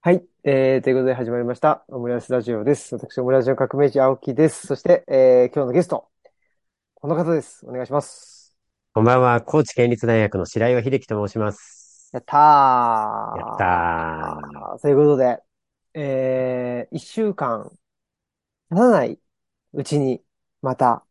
はい。ということで始まりました。オムライスラジオです。私、オムライスの革命児青木です。そして、今日のゲスト、この方です。お願いします。 こんばんは、高知県立大学の白岩秀樹と申します。 やったやったー。 ー。ということで、一週間経たないうちに、また、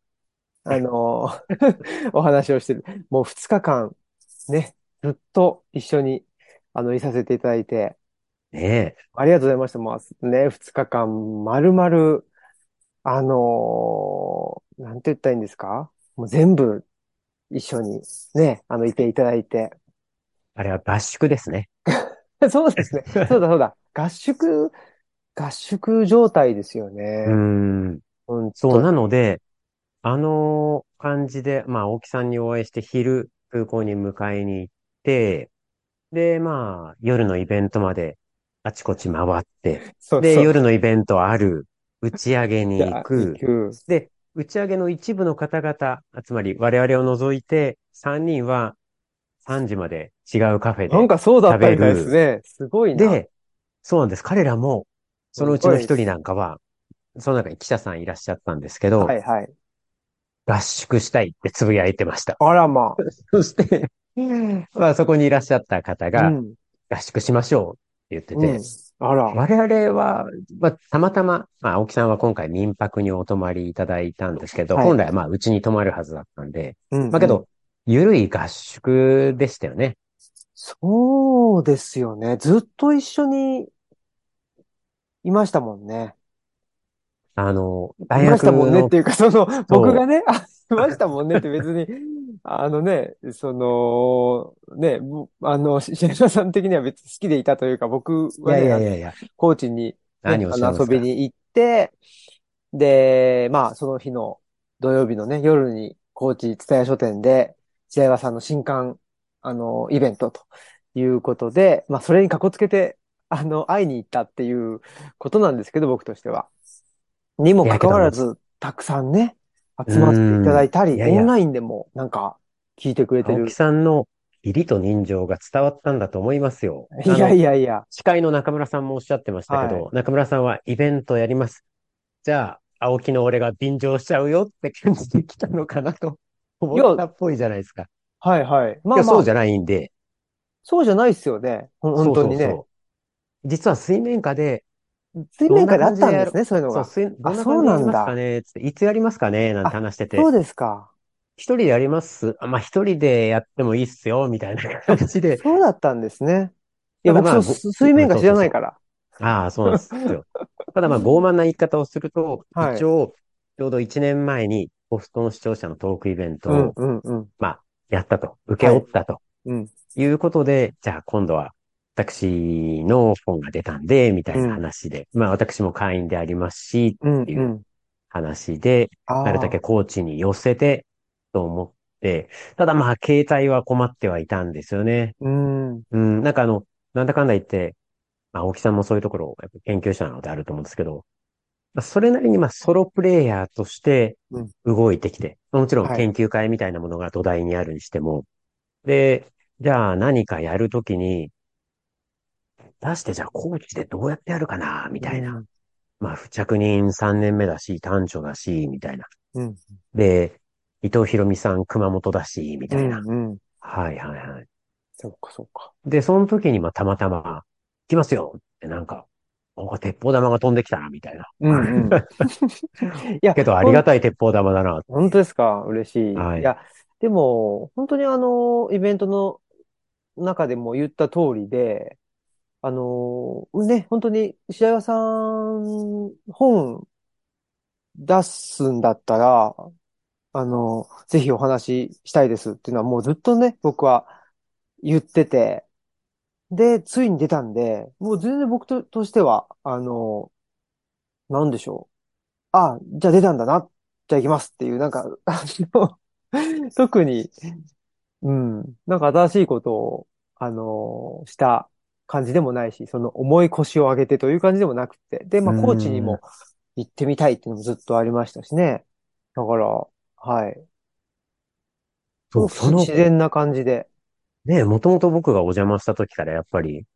お話をしてる。もう二日間、ね、ずっと一緒に、いさせていただいて、 ねありがとうございました。もうね、二日間、まるまる、なんて言ったらいいんですか？もう全部一緒にね、いていただいて。 あれは合宿ですね。 そうですね。そうだそうだ。合宿状態ですようーね。 ん。 本そう、な当に。 ので、感じで、大木さんにお会いして昼、空港に迎えに行って、で、夜のイベントまであちこち回って、で、 そうそう。 夜のイベントある、打ち上げに行じゃあ、行く、 く。 で、打ち上げの一部の方々、つまり我々を除いて、3人は3時まで違うカフェでなんかそうだっ食たみたいですべる。 ね。すごいな。 で、そうなんです。彼らも、 すそのうちの一人ごいです。 なんかは、その中に記者さんいらっしゃったんですけど、 はいはい。 合宿したいってつぶやいてました。 あらまあ。 そして、そこにいらっしゃった方が、 うん。 合宿しましょうって言ってうん。 て、 あら。 我々は、たまたま、青木さんは今回民泊にお泊まりいただいたんですけど、 はい。 本来はうちに泊まるはずだったんで、 うんうん。 けど、ゆるい合宿でしたよね。 そうですよね。ずっと一緒にいましたもんね。い大ましたも学の、 んねっていうか、僕そがね、いましたもんねって別に、白島さん的には別に好きでいたというか、僕いやいはね、 やいやいや、 高知にね、 何をおっしゃいま遊すか。 びに行って、で、まあ、その日の土曜日のね、夜に高知蔦屋書店で、白岩さんの新刊、イベントということで、まあ、それにかこつけて、会いに行ったっていうことなんですけど、僕としては。にもかいやけど、 かわらず、たくさんね、 う集まっていたーん。 だいたり、 いやいや、 オンラインでもなんか聞いてくれて青木る。 さんの義理と人情が伝わったんだと思いますよ。 いやいやいや、 司会の中村さんもおっしゃってましたけど、 はい。 中村さんはイベントやります。じゃあ、青木の俺が便乗しちゃうよって感じで来たのかなと思っいや、 たっぽいじゃないですか。いはいはい。まあや、 まあ、 そうじゃないんで、 そうじゃないっすよね。本そう当にね。 そうそう。実は水面下で、どんな水面下であっ感じでやる、 たんですね、そういうのそう、 が。あ、 どんなそう感じでやりますかなんだ。 ねつって、いつやりますかねなんてあ、 話してて、 そうですか。 一人でやります一人でやってもいいっすよ、みたいな感あ、 じで。 そうだったんですね。いや、僕ただ水面下知そうそうそらないから。 う。ああ、そうなんですよ。ただ傲慢な言い方をすると、 はい。 一応、ちょうど1年前に、ポストの視聴者のトークイベントうんを、 うんうん。 やったと、請けはい。 負ったとうん。 いうことで、じゃあ今度は、私の本が出たんで、みたいなうん。 話で、私も会員でありますし、 うんっていううん。 話で、なるだけああ。 コーチに寄せて、と思って、ただ携帯は困ってはいたんですよね。 うん。 うん、なんだかんだ言って、青木さんもそういうところ、やっぱ研究者なのであると思うんですけど、それなりにソロプレイヤーとしてうん。 動いてきて、もちろんはい。 研究会みたいなものが土台にあるにしても、で、じゃあ何かやるときに、出してじゃあコーチでどうやってやるかな、みたいな。 うん。 付着人3年目だし、短所だし、みたいな。 うん。 で、伊藤博美さん熊本だし、みうたいな。 ん。うん。 はいはいはい。 そうか、そうか。 で、その時にたまたま、来ますよって鉄砲玉が飛んできたな、みたいな。 うんうん。いや、 けどありがたい鉄砲玉だな。 本当ですか？嬉しい。 はい。 いや、でも、本当にイベントの中でも言った通りで、ね、本当に白岩さん、本出すんだったら、ぜひお話ししたいですっていうのはもうずっとね、僕は言ってて、で、ついに出たんで、もう全然僕としては、なんでしょう。あ、じゃあ出たんだな。じゃあ行きますっていう、なんか、の特に、うん、なんか新しいことを、した感じでもないし、その重い腰を上げてという感じでもなくて、で、 うーまあ、高知にん。 も行ってみたいっていうのもずっとありましたしね。だから、はい。 そう、 自然な感じで。 ね、もともと僕がお邪魔した時からやっぱり、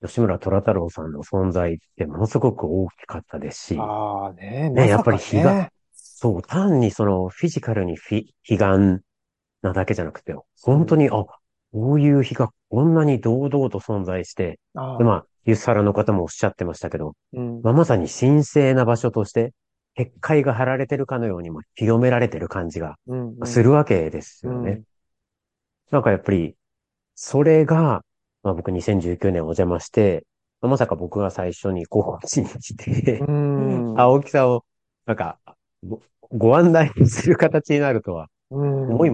吉村虎太郎さんの存在ってものすごく大きかったですし、 ああね、まね、やっさかぱりね。 そう、単にそのフィジカルに悲願なだけじゃなくて、 うん。 本当に、こういう日がこんなに堂々と存在して、で、まああ、 あ、ユスハラの方もおっしゃってましたけど、 うん。 まあ、まさに神聖な場所として、結界が張られてるかのようにも清められてる感じがうん、うん、 するわけですよね。 うん。 なんかやっぱり、それが、まあ僕2019年お邪魔して、まさか僕が最初に高知に来うて、 ん。 青木さんを、なんか、ご案内する形になるとはうん。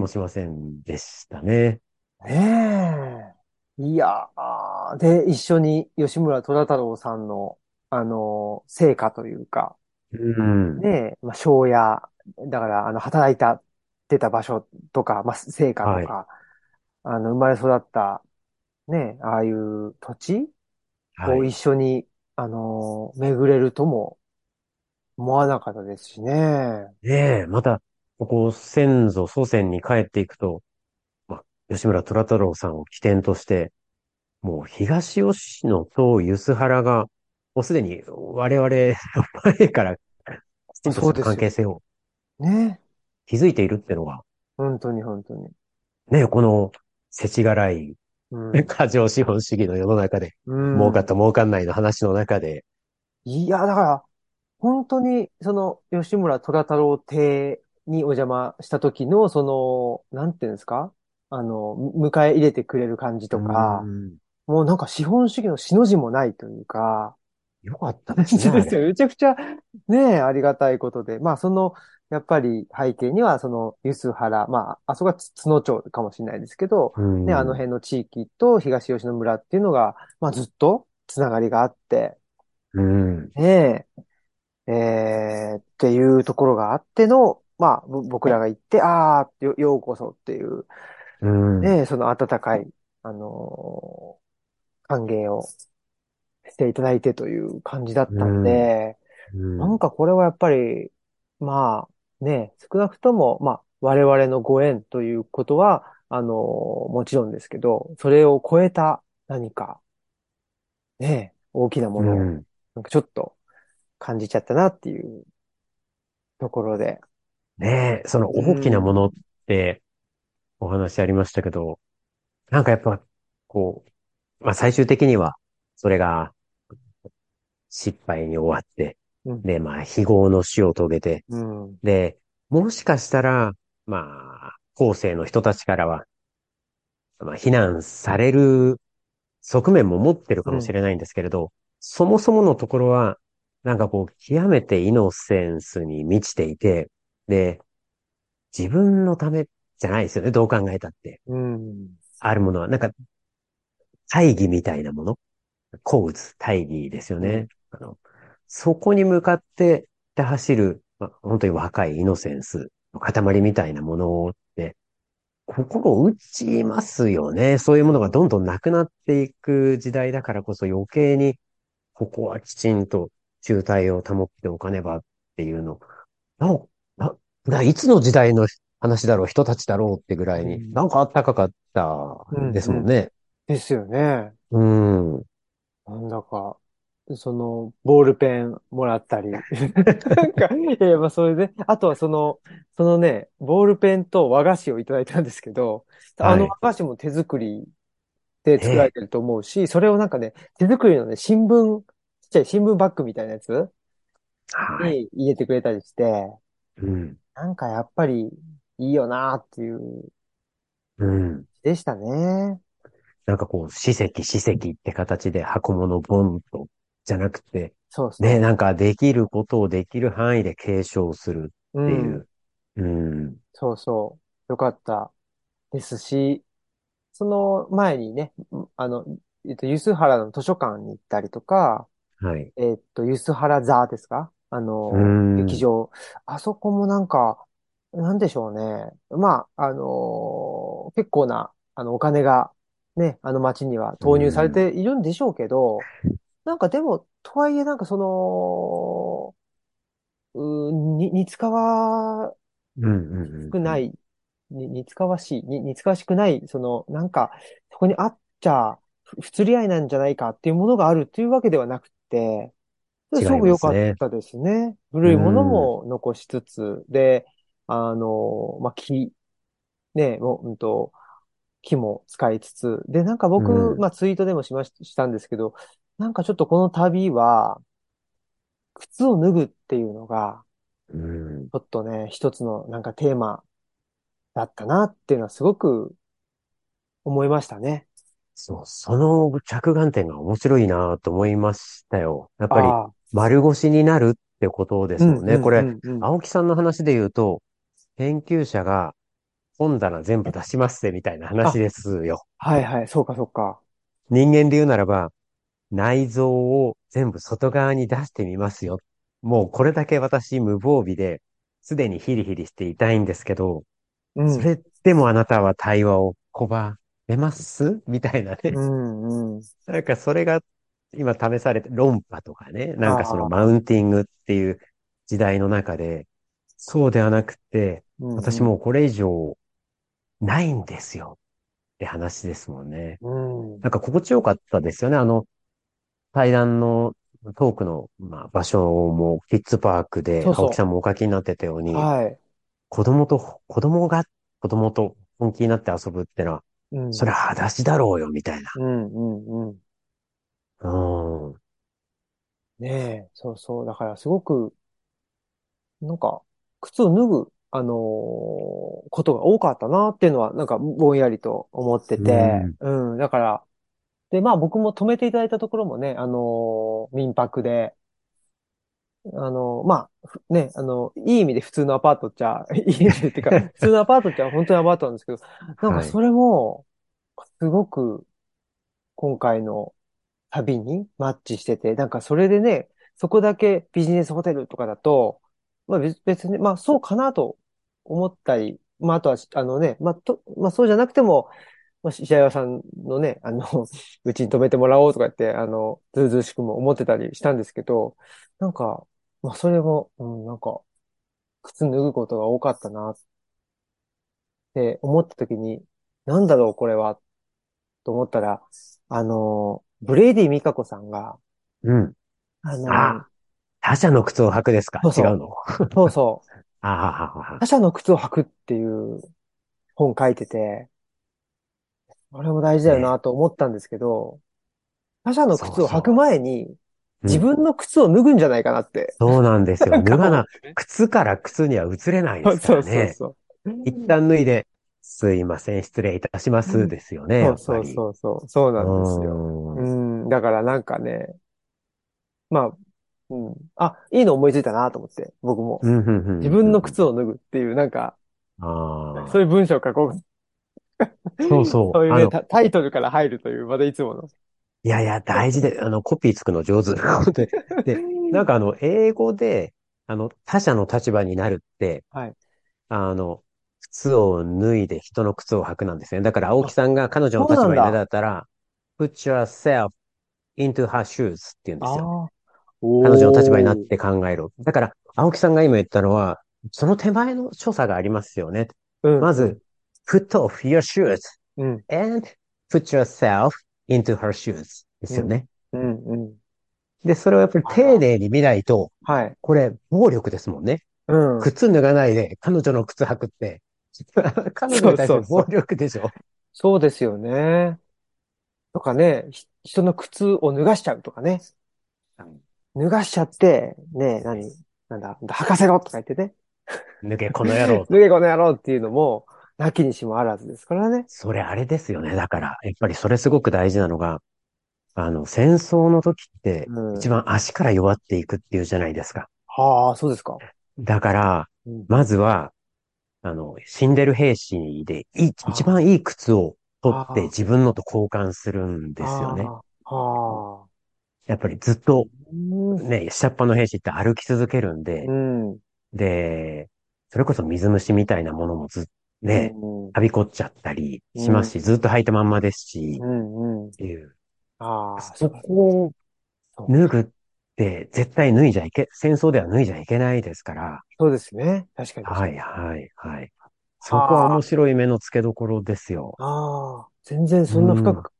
思いもしませんでしたね。 ねえ。いやー、で、一緒に吉村虎太郎さんの、成果というか、 うん。 ねえ、まあ、庄屋、だから、働いた、出た場所とか、まあ、成果とはい。 か、生まれ育った、ねえ、ああいう土地を一はい。 緒に、巡れるとも思わなかったですしね。 で、また、ここ先祖、祖先に帰っていくと、まあ、吉村虎太郎さんを起点として、もう東吉野と梼原が、もうすでに我々の前からきちんとしたそうですよ。 関係性をね。 築いているっていうのが、 本当に本当に。 ね、この世知辛いうん。 過剰資本主義の世の中で、 う儲かっん。 た儲かんないの話の中で、 いや、だから、本当に、吉村虎太郎邸にお邪魔した時の、なんていうんですか迎え入れてくれる感じうーとか、 ん、 もうなんか資本主義のしの字もないというか、 よかった感ですね、 じですよ。 あれ。 めちゃくちゃね、ありがたいことで。まあ、やっぱり背景には、梼原、まあ、あそこは津野町かもしれないですけど、 うね、あのん、 辺の地域と東吉野村っていうのが、まあ、ずっとつながりがあって、 うん、 ねっていうところがあっての、まあ、僕らが行って、ああ、ようこそっていう、 うん、 ね、その温かい、歓迎をしていただいてという感じだっうたんん、 で、 うん、 なんかこれはやっぱり、まあ、ね、少なくとも、まあ、我々のご縁ということは、もちろんですけど、それを超えた何か、ね、大きなものを、 うん。 なんかちょっと感じちゃったなっていうところで、 ねえ、そのう大きなものっん、 てお話ありましたけど、なんかやっぱ、こまあ最終的には、それが失敗に終わって、 うん、 で、まあ、非業の死を遂げて、 うん、 で、もしかしたら、まあ、後世の人たちからは、まあ、非難される側面も持ってるかうん、 もしれないんですけれど、そもそものところは、なんかこう、極めてイノセンスに満ちていて、で、自分のためじゃないですよね、どう考えたって。 うん、 あるものは、なんか、大義みたいなもの。コーズ、大義ですようん、 ね。そこに向かって走る、まあ、本当に若いイノセンスの塊みたいなものって、心を打ちますよね。そういうものがどんどんなくなっていく時代だからこそ余計に、ここはきちんと中態を保っておかねばっていうの。なお、な、いつの時代の話だろう、人たちだろうってぐらいに、 うん、 なんかあったかかったうん、 ですうん。 もんね。 ですよね。 うん。うなんだか、ボールペンもらったり。なんか、まあ、それで、あとはそのね、ボールペンと和菓子をいただいたんですけど、あの和はい。 菓子も手作りで作られええ。 てると思うし、それをなんかね、手作りのね、ちっちゃい新聞バッグみたいなやつはい。 に入れてくれたりして、 うん。 なんかやっぱりいいよなっていううん。 でしたね。 なんかこう、史跡って形で箱物ボンと、じゃなくて、ね、 そうそなんかできることをできる範囲で継承するう。うん。 っていう。うん。 そうそう。よかったですし、その前にね、梼原の図書館に行ったりとか、 はい。 梼原座ですかう劇ん。 場。あそこもなんか、なんでしょうね。まあ、結構な、お金が、ね、あの街にはう投入されん。 ているんでしょうけど、なんかでも、とはいえなんか似つかわうん。うん。うん。 似つかわしい、似つかわしくない、なんか、そこにあっちゃ、 不釣り合いなんじゃないかっていうものがあるっていうわけではなくて、 違いすごく良かっますね。 たですね。 う古いものん、 も残しつつ、で、まあ、ね、木も使いつつ、で、なんかう僕、 ん、 まあ、ツイートでもしたんですけど、なんかちょっとこの旅は、靴を脱ぐっていうのが、 うん。 ちょっとね、一つのなんかテーマだったなっていうのはすごく思いましたね。 そう、その着眼点が面白いなと思いましたよ。やっぱりああ、 丸腰になるってことでうんうすもんね。これ、 んうんうん。 青木さんの話で言うと、研究者が本棚全部出しますぜみたいな話あ、 ですよ。 はいはい、そうかそうか。 人間で言うならば、内臓を全部外側に出してみますよ。もうこれだけ私無防備で、すでにヒリヒリしていたいんですけど、 うん、 それでもあなたは対話を拒めますみたいなうね。 ん、うん。 なんかそれが今試されて、論破とかね、なんかそのマウああ、 ンティングっていう時代の中で、そうではなくて、 うんうん、 私もうこれ以上ないんですよって話ですもんね。 うん。 なんか心地よかったですよね。対談のトークの、まあ、場所もキッズパークで、 そうそ青木さんもお書きになってたようう。 に、 はい。 子供と本気になって遊ぶってのは、 うん、 それ裸足だろうよ、みたいな。 うん、うん、うん。 うん。 ねえ、そうそう。だからすごく、なんか、靴を脱ぐ、ことが多かったなっていうのは、なんか、ぼんやりと思ってうて、 ん。 うん。だから、で、まあ僕も泊めていただいたところもね、民泊で、まあ、ね、いい意味で普通のアパートっちゃ、いい意味でっていうか、普通のアパートっちゃ本当にアパートなんですけど、なんかはい。 それも、すごく今回の旅にマッチしてて、なんかそれでね、そこだけビジネスホテルとかだと、まあ別に、まあそうかなと思ったり、まああとは、まあそうじゃなくても、まあ、石原さんのね、うちに泊めてもらおうとか言って、ずうずうしくも思ってたりしたんですけど、なんか、まあそれも、なんか、靴脱ぐことが多かったなって思った時に、なんだろうこれは、と思ったら、ブレイディ・ミカコさんが、 うん。 あの、 あ、他者の靴を履くですか？ そうそう。 違うの？ そうそう。 あはははは。 他者の靴を履くっていう本書いてて、これも大事だよなね。 と思ったんですけど、他者の靴を履くそうそ前にう。うん。 自分の靴を脱ぐんじゃないかなって。 そうなんですよ。 なんかも靴から靴には移れないでう、 すかそうらね。 そうそう。 一旦脱いで、すいません、失礼いたしますですよね、やそうそうっぱり。 そうそう。そううなんですよ。 ーん。 うん。だからなんかね、まあ、うん。あ、いいの思いついたなと思って、僕も。 うん、ふんふ自んふんふん。 分の靴を脱ぐっていう、なんか、 ああ。 そういう文章を書こう。 そうそう。 そういうね、タイトルから入るという、まだいつもの。 いやいや、大事で、コピーつくの上手。で、なんか英語で、他者の立場になるって、 はい。 あの、靴を脱いで人の靴を履くなんですね。だから、青木あ、 さんが彼女のそう立場になるんなんだ。 だったら、put yourself into her shoes って言うんですよ。 ああ、 彼女の立場になっおー。 て考えろ。だから、青木さんが今言ったのは、その手前の所作がありますよね。 うん、うん、 まず、put off your shoes うん、 and put yourself into her shoes でうん、 すよね。 うん、うん。 で、それをやっぱりあら。 丁寧に見ないと、 はい。 これ、暴力ですもんね。 うん。 靴脱がないで彼女の靴履くって、彼女そうに対する暴そうそう。 力でしょ？ そうですよね。とかね、人の靴を脱がしちゃうとかね。脱がしちゃって、ね、なんだ、履かせろとか言ってね。 脱げこの野郎と。 脱げこの野郎っていうのも、なきにしもあらずですからね。 それあれですよね。だから、やっぱりそれすごく大事なのが、戦争の時ってうん。 一番足から弱っていくっていうじゃないですか。 はあ、そうですか。 だから、 うん。 まずは、死んでる兵士で一あ番いい靴を取あ、 ってあ自分のと交換するんあ、 ですよね。 ああ、あやっぱりずっとあ、 ね、下っ端の兵士って歩き続けるんで、 うん、うん、 で、それこそ水虫みたいなものもね、はびこっちゃったりうん、 しますし、ずっと履いたまんまですし、 うん、うん。 っていう。 ああ、 そこをそうか。 脱ぐって絶対戦争では脱いじゃいけないですから、 そうですね。確かに確かはいに。 はいはい。そこはは面白い目の付けどころですよ。 あ、ああ、全然うそんな深くん。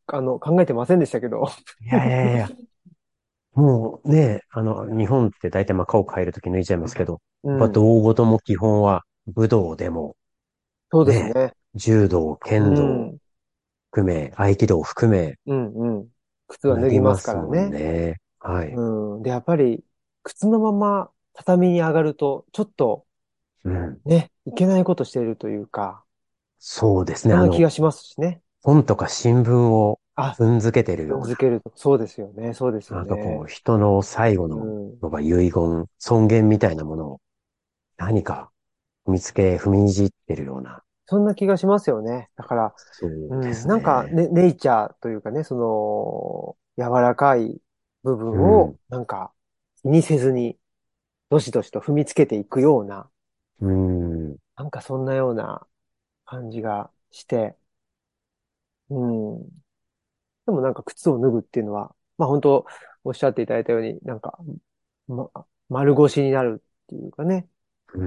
考えてませんでしたけど。 いやいやいや、もうね、日本って大体まあ顔変えるとき抜いちゃいますけど、 うやっぱん。 道事も基本は武道でも、 そうですね、 ね。 柔道、 う剣道ん。 含め、合気道含め、 うん、うん。靴は脱ぎ脱ぎますかますもんらね。 ね。はい。 うん。で、やっぱり、靴のまま畳に上がると、ちょっと、 うん。 ね、いけないことしているというか、 そうですね。 そんな気がしますしね。 本とか新聞をあ、 踏んづけてる踏ような、 んづけると。そうですよね。そうですよなんかこね。 う、人の最後うの、 ん。 遺言、尊厳みたいなものを何か踏みにじってるような、 そんな気がしますよね。だから、 そうでうん。 すね。 ネイチャーというかね、柔らかい部分を、 うん。 気にせずに、どしどしと踏みつけていくような、 うん。 そんなような感じがして、うん。でも靴を脱ぐっていうのは、まあ本当、おっしゃっていただいたように、ま、丸腰になるっていうかね。 うん。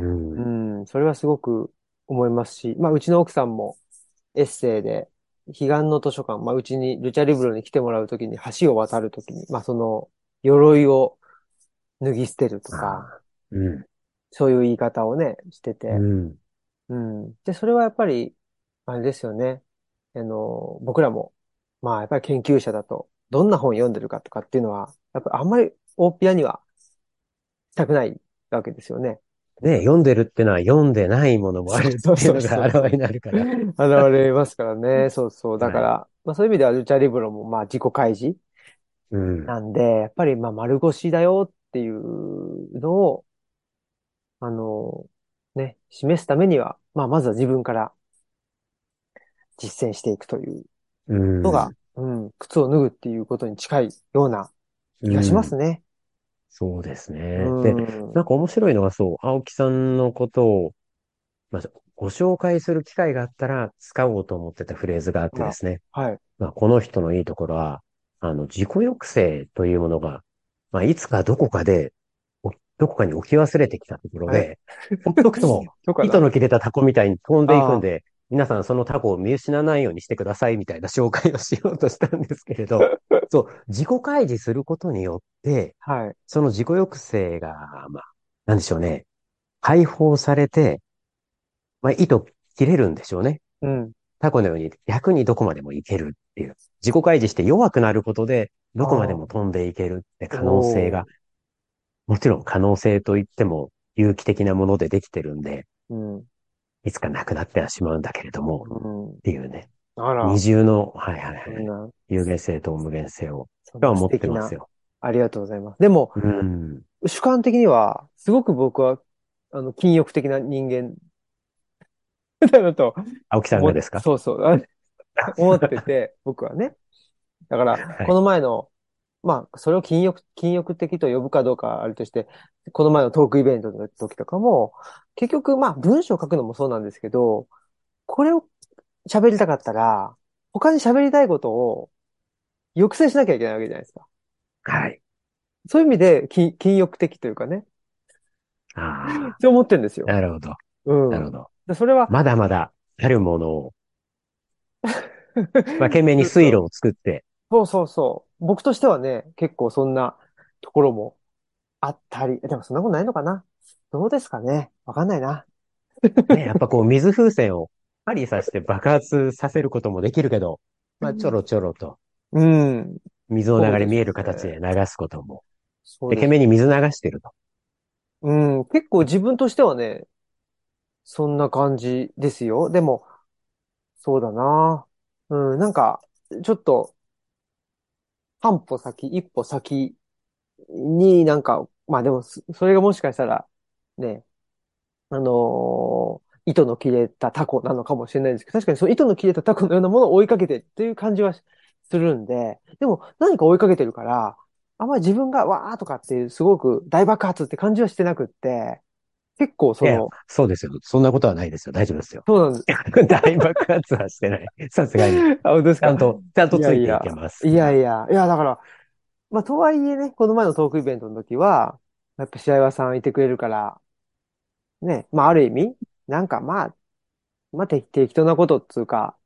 うん。それはすごく思いますし、まあうちの奥さんもエッセイで、彼岸の図書館、まあうちにルチャリブロに来てもらうときに橋を渡るときに、まあその、鎧を脱ぎ捨てるとあか、 あ。うん。 そういう言い方をね、してて、 うん。 うん。で、それはやっぱり、あれですよね。僕らも、まあ、やっぱり研究者だと、どんな本読んでるかとかっていうのは、やっぱあんまり大っぴらにはしたくないわけですよね。 ね、読んでるってのは読んでないものもあそうるっていうそうそうのが現れそうそう。 になるから。 現れますからね。そうそう。だはい。 から、まあそういう意味ではルチャリブロもまあ自己開示うん。 なんで、やっぱりまあ丸腰だよっていうのを、あの、ね、示すためには、まあまずは自分から実践していくといううのが、 ん。 うん、靴を脱ぐっていうことに近いようなう気がしますん。 ね。 そうですうね。で、なんん。 か面白いのがそう、青木さんのことを、まあ、ご紹介する機会があったら使おうと思ってたフレーズがあっあら、 てですね。 はい。 まあ、この人のいいところは、自己抑制というものが、まあ、いつかどこかで、どこかに置き忘れてきたところえ、 で、ほっとくと、 そうかな。 糸の切れたタコみたいに飛んでいくんあで、皆さんそのタコを見失わないようにしてくださいみたいな紹介をしようとしたんですけれど、そう、自己開示することによって、 あ、はい。 その自己抑制が、まあ、なんでしょうね、解放されて、まあ、糸切れるんでしょうね。 うん。 タコのように逆にどこまでもいけるっていう。自己開示して弱くなることで、 あどこまでもあ、 飛んでいけるって可能性が、 おー。 もちろん可能性といっても有機的なものでできてるんで、 うん。 いつかなくなってはしまうんだけれども、 うん。 っていうね。 あら、 二重の、はいはいはい。 そんな、 有限性と無限性を、 そんな素今日は持って敵な、 ますよ。 ありがとうございます。でも、 うん。 主観的には、すごく僕は、禁欲的な人間だなと青木さんがですか？ そうそう、思ってて、僕はね。だから、こはい。 の前の、まあ、それを禁欲的と呼ぶかどうかはあれとして、この前のトークイベントの時とかも、結局、まあ、文章を書くのもそうなんですけど、これを喋りたかったら、他に喋りたいことを抑制しなきゃいけないわけじゃないですか。 はい。 そういう意味で、禁欲的というかね、 あそう思ってるんですあ、 よ。 なるほど。 うん。 なるほど。 で、それは、 まだまだあるものを、まあ、懸命に水路そうを作って、 そうそうそう。僕としてはね、結構そんなところもあったり、でもそんなことないのかな。どうですかね。わかんないな。 ね、やっぱこう水風船を針刺して爆発させることもできるけど、まあちょろちょろとうん。 水の流れ見えそうですね。 る形で流すことも。で、 そうですね。 懸命に水流してると。 うん。結構自分としてはね、そんな感じですよ。でも、そうだな。うん。ちょっと、半歩先、一歩先にまあでも、それがもしかしたら、ね、糸の切れたタコなのかもしれないですけど、確かにその糸の切れたタコのようなものを追いかけてっていう感じはするんで、でも何か追いかけてるから、あんまり自分がわーとかっていうすごく大爆発って感じはしてなくって、結構いやいや、そうですよ。そんなことはないですよ。大丈夫ですよ。 そうなんです。 大爆発はしてない。さすがに。 あ、本当ですか。 ちゃんいとついていけやいや、 ます。 いやはい。 いや、いやだから、まあとはいえね、この前のトークイベントの時は、やっぱ白岩さんいてくれるから、ね、まあある意味、まあ適当なことっつうか、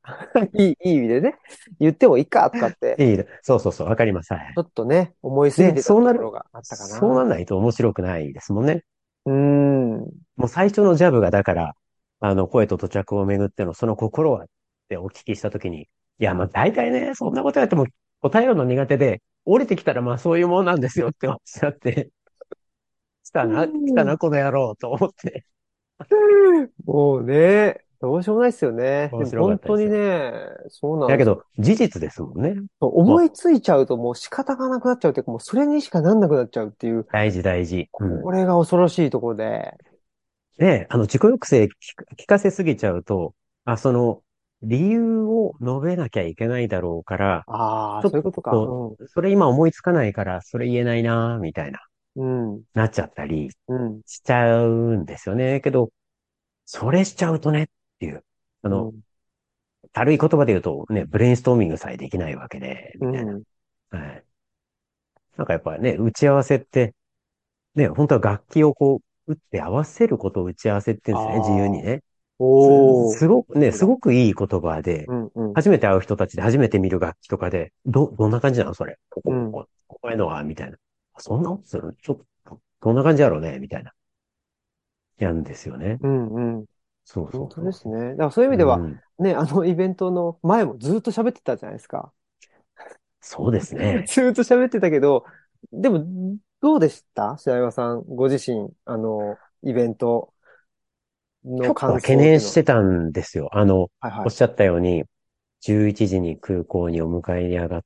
いい意味でね、言ってもいいかとかって、 いい、そうそうそう、わかります。はい。 ちょっとね、思いすぎで、 てたところがあったかな。 そうなんないと面白くないですもんね。 うーん。 もう最初のジャブが、だから、声と土着をめぐっての、その心はってお聞きしたときに、いや、まあ大体ね、そんなことやっても答えるの苦手で、降りてきたらまあそういうもんなんですよっておっしゃって、来たな、この野郎と思って、 もうね、どうしようもないですよね。でも面白かっ本当にたですよ。 ね、そうなんですよ。 だけど、事実ですもんね。 思あ、 いついちゃうともう仕方がなくなっちゃうっていうか、もうそれにしかなんなくなっちゃうっていう、 大事大事。うん。 これが恐ろしいところで。 で、自己抑制聞かせすぎちゃうと、その、理由を述べなきゃいけないだろうから、 ああ、 ちょっそういうことか。 と、それ今思いつかないから、それ言えないな、みたいな、 うん。うん。 なっちゃったりうん。 しちゃうんですよね。けど、それしちゃうとね、っていう。あの、 うん。 軽い言葉で言うとね、ブレインストーミングさえできないわけで、みたいな。 うん。 はい。なんかやっぱね、打ち合わせって、ね、本当は楽器をこう、打って合わせることを打ち合わせって言うんですね、自由ああ、 にね。 おー。 すごくね、すそうだ。 ごくいい言葉で、 うん、うん、 初めて会う人たちで初めて見る楽器とかで、どんな感じなのそれ。 うん、 ここへのは、みたいな。そんなことするちょっと、どんな感じやろうねみたいな。やんですよね。 うん、うん。 そうそ本うそ当ですね。だからそういう意味う。 では、 うん。 ね、あのイベントの前もずっと喋ってたじゃないですか。 そうですね。 ずっと喋ってたけど、でも、どうでした白岩さん、ご自身、イベントの感ちょっとは懸想っていうのは。 念してたんですよ。 はいはい。 おっしゃったように、11時に空港にお迎えに上がって、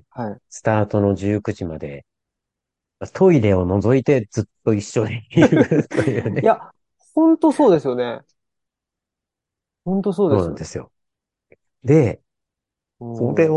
はい。 スタートの19時まで、トイレを除いてずっと一緒にいるというね。 いや、本当そうですよね。本当そうでそうなすよね。 んですよ。で、 うん。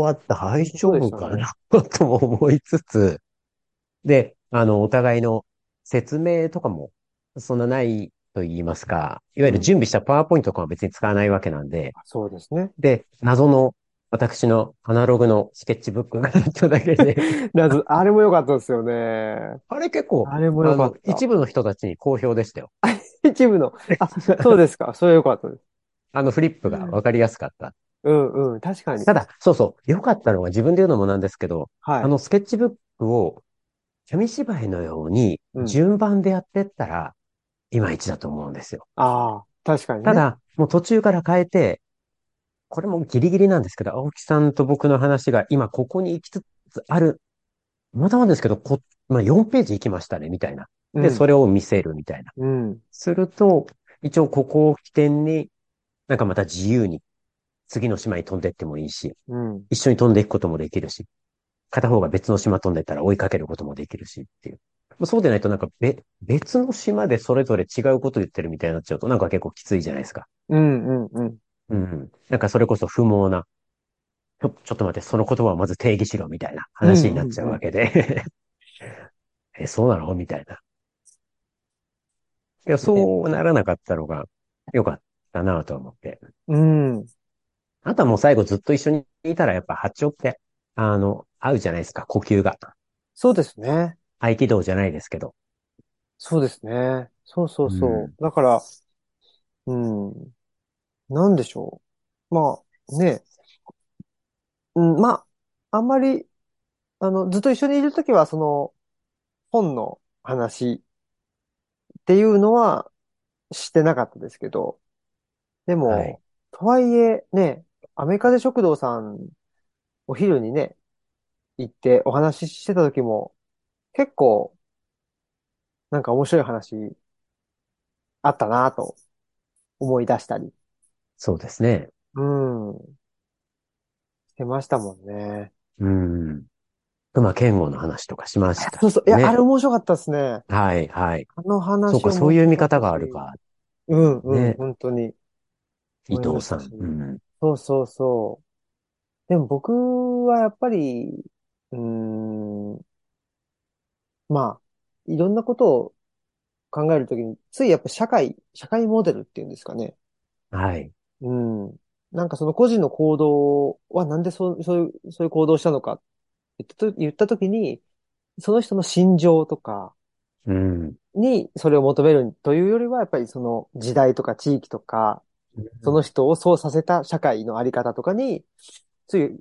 これは大本当そう丈でしたね。 夫かなとも思いつつ、で、お互いの説明とかもそんなないと言いますか、いわゆるうん。 準備したパワーポイントとかは別に使わないわけなんで、 そうですね。 で、謎の私のアナログのスケッチブックがあっただけで、 あれも良かったですよね。 あれ結構、 あれも良かった。 一部の人たちに好評でしたよ。 一部の。あ、そうですか。それ良かったです。 フリップがわかりやすかった。 うんうん。確かに。 ただ、そうそう、良かったのが自分で言うのもなんですけど、 はい。 スケッチブックを紙芝居のようにうん。 順番でやってったら、いまいちだと思うんですよ。 ああ、確かにね。 ただ、もう途中から変えて、これもギリギリなんですけど、青木さんと僕の話が今ここに行きつつある。またなんですけど、まあ、4ページ行きましたね、みたいな。で、そうん。 れを見せるみたいな。 うん。 すると、一応ここを起点に、なんかまた自由に次の島に飛んでってもいいし、 うん。 一緒に飛んでいくこともできるし、片方が別の島飛んでったら追いかけることもできるしっていう。まあそうでないとなんか別の島でそれぞれ違うこと言ってるみたいになっちゃうとなんか結構きついじゃないですか。 うん。うん。うん。 うん。なんかそれこそ不毛な、ちょっと待って、その言葉をまず定義しろみたいなうん。うん。 話になっちゃううん。 わけでそうなのみたいな。いや、 ね。 そうならなかったのが良かったなと思って。 うん。 あとはもう最後ずっと一緒にいたらやっぱ八丁って、合うじゃないですか、呼吸が。 そうですね。 合気道じゃないですけど。 そうですね。そうそううん。 そう。だから、うん。なんでしょう。まあ、ね。うん。まあ、あんまり、ずっと一緒にいるときは、本の話っていうのはしてなかったですけど、ではい。 も、とはいえ、ね、アメリカで食堂さん、お昼にね、行ってお話ししてた時も、結構、なんか面白い話あったなと思い出したり、 そうですね。 うん、してましたもんね。 うん。熊健吾の話とかしましたそうそう、いや、あれね。 面白かったですね。 はい、はい。 あのそうか、 話面そういう見方白かったし、 があるか。 うんうん、 ね。 本当に伊思いま藤さん。 したし。 うん。 そうそうそう。でも僕はやっぱり、うーん、まあ、いろんなことを考えるときに、ついやっぱ社会モデルっていうんですかね。 はい。 うん。なんかその個人の行動はなんでそういう行動をしたのかって言ったときに、その人の心情とかうん。 にそれを求めるというよりは、やっぱりその時代とか地域とか、 その人をそうさせた社会のあり方とかに、つい、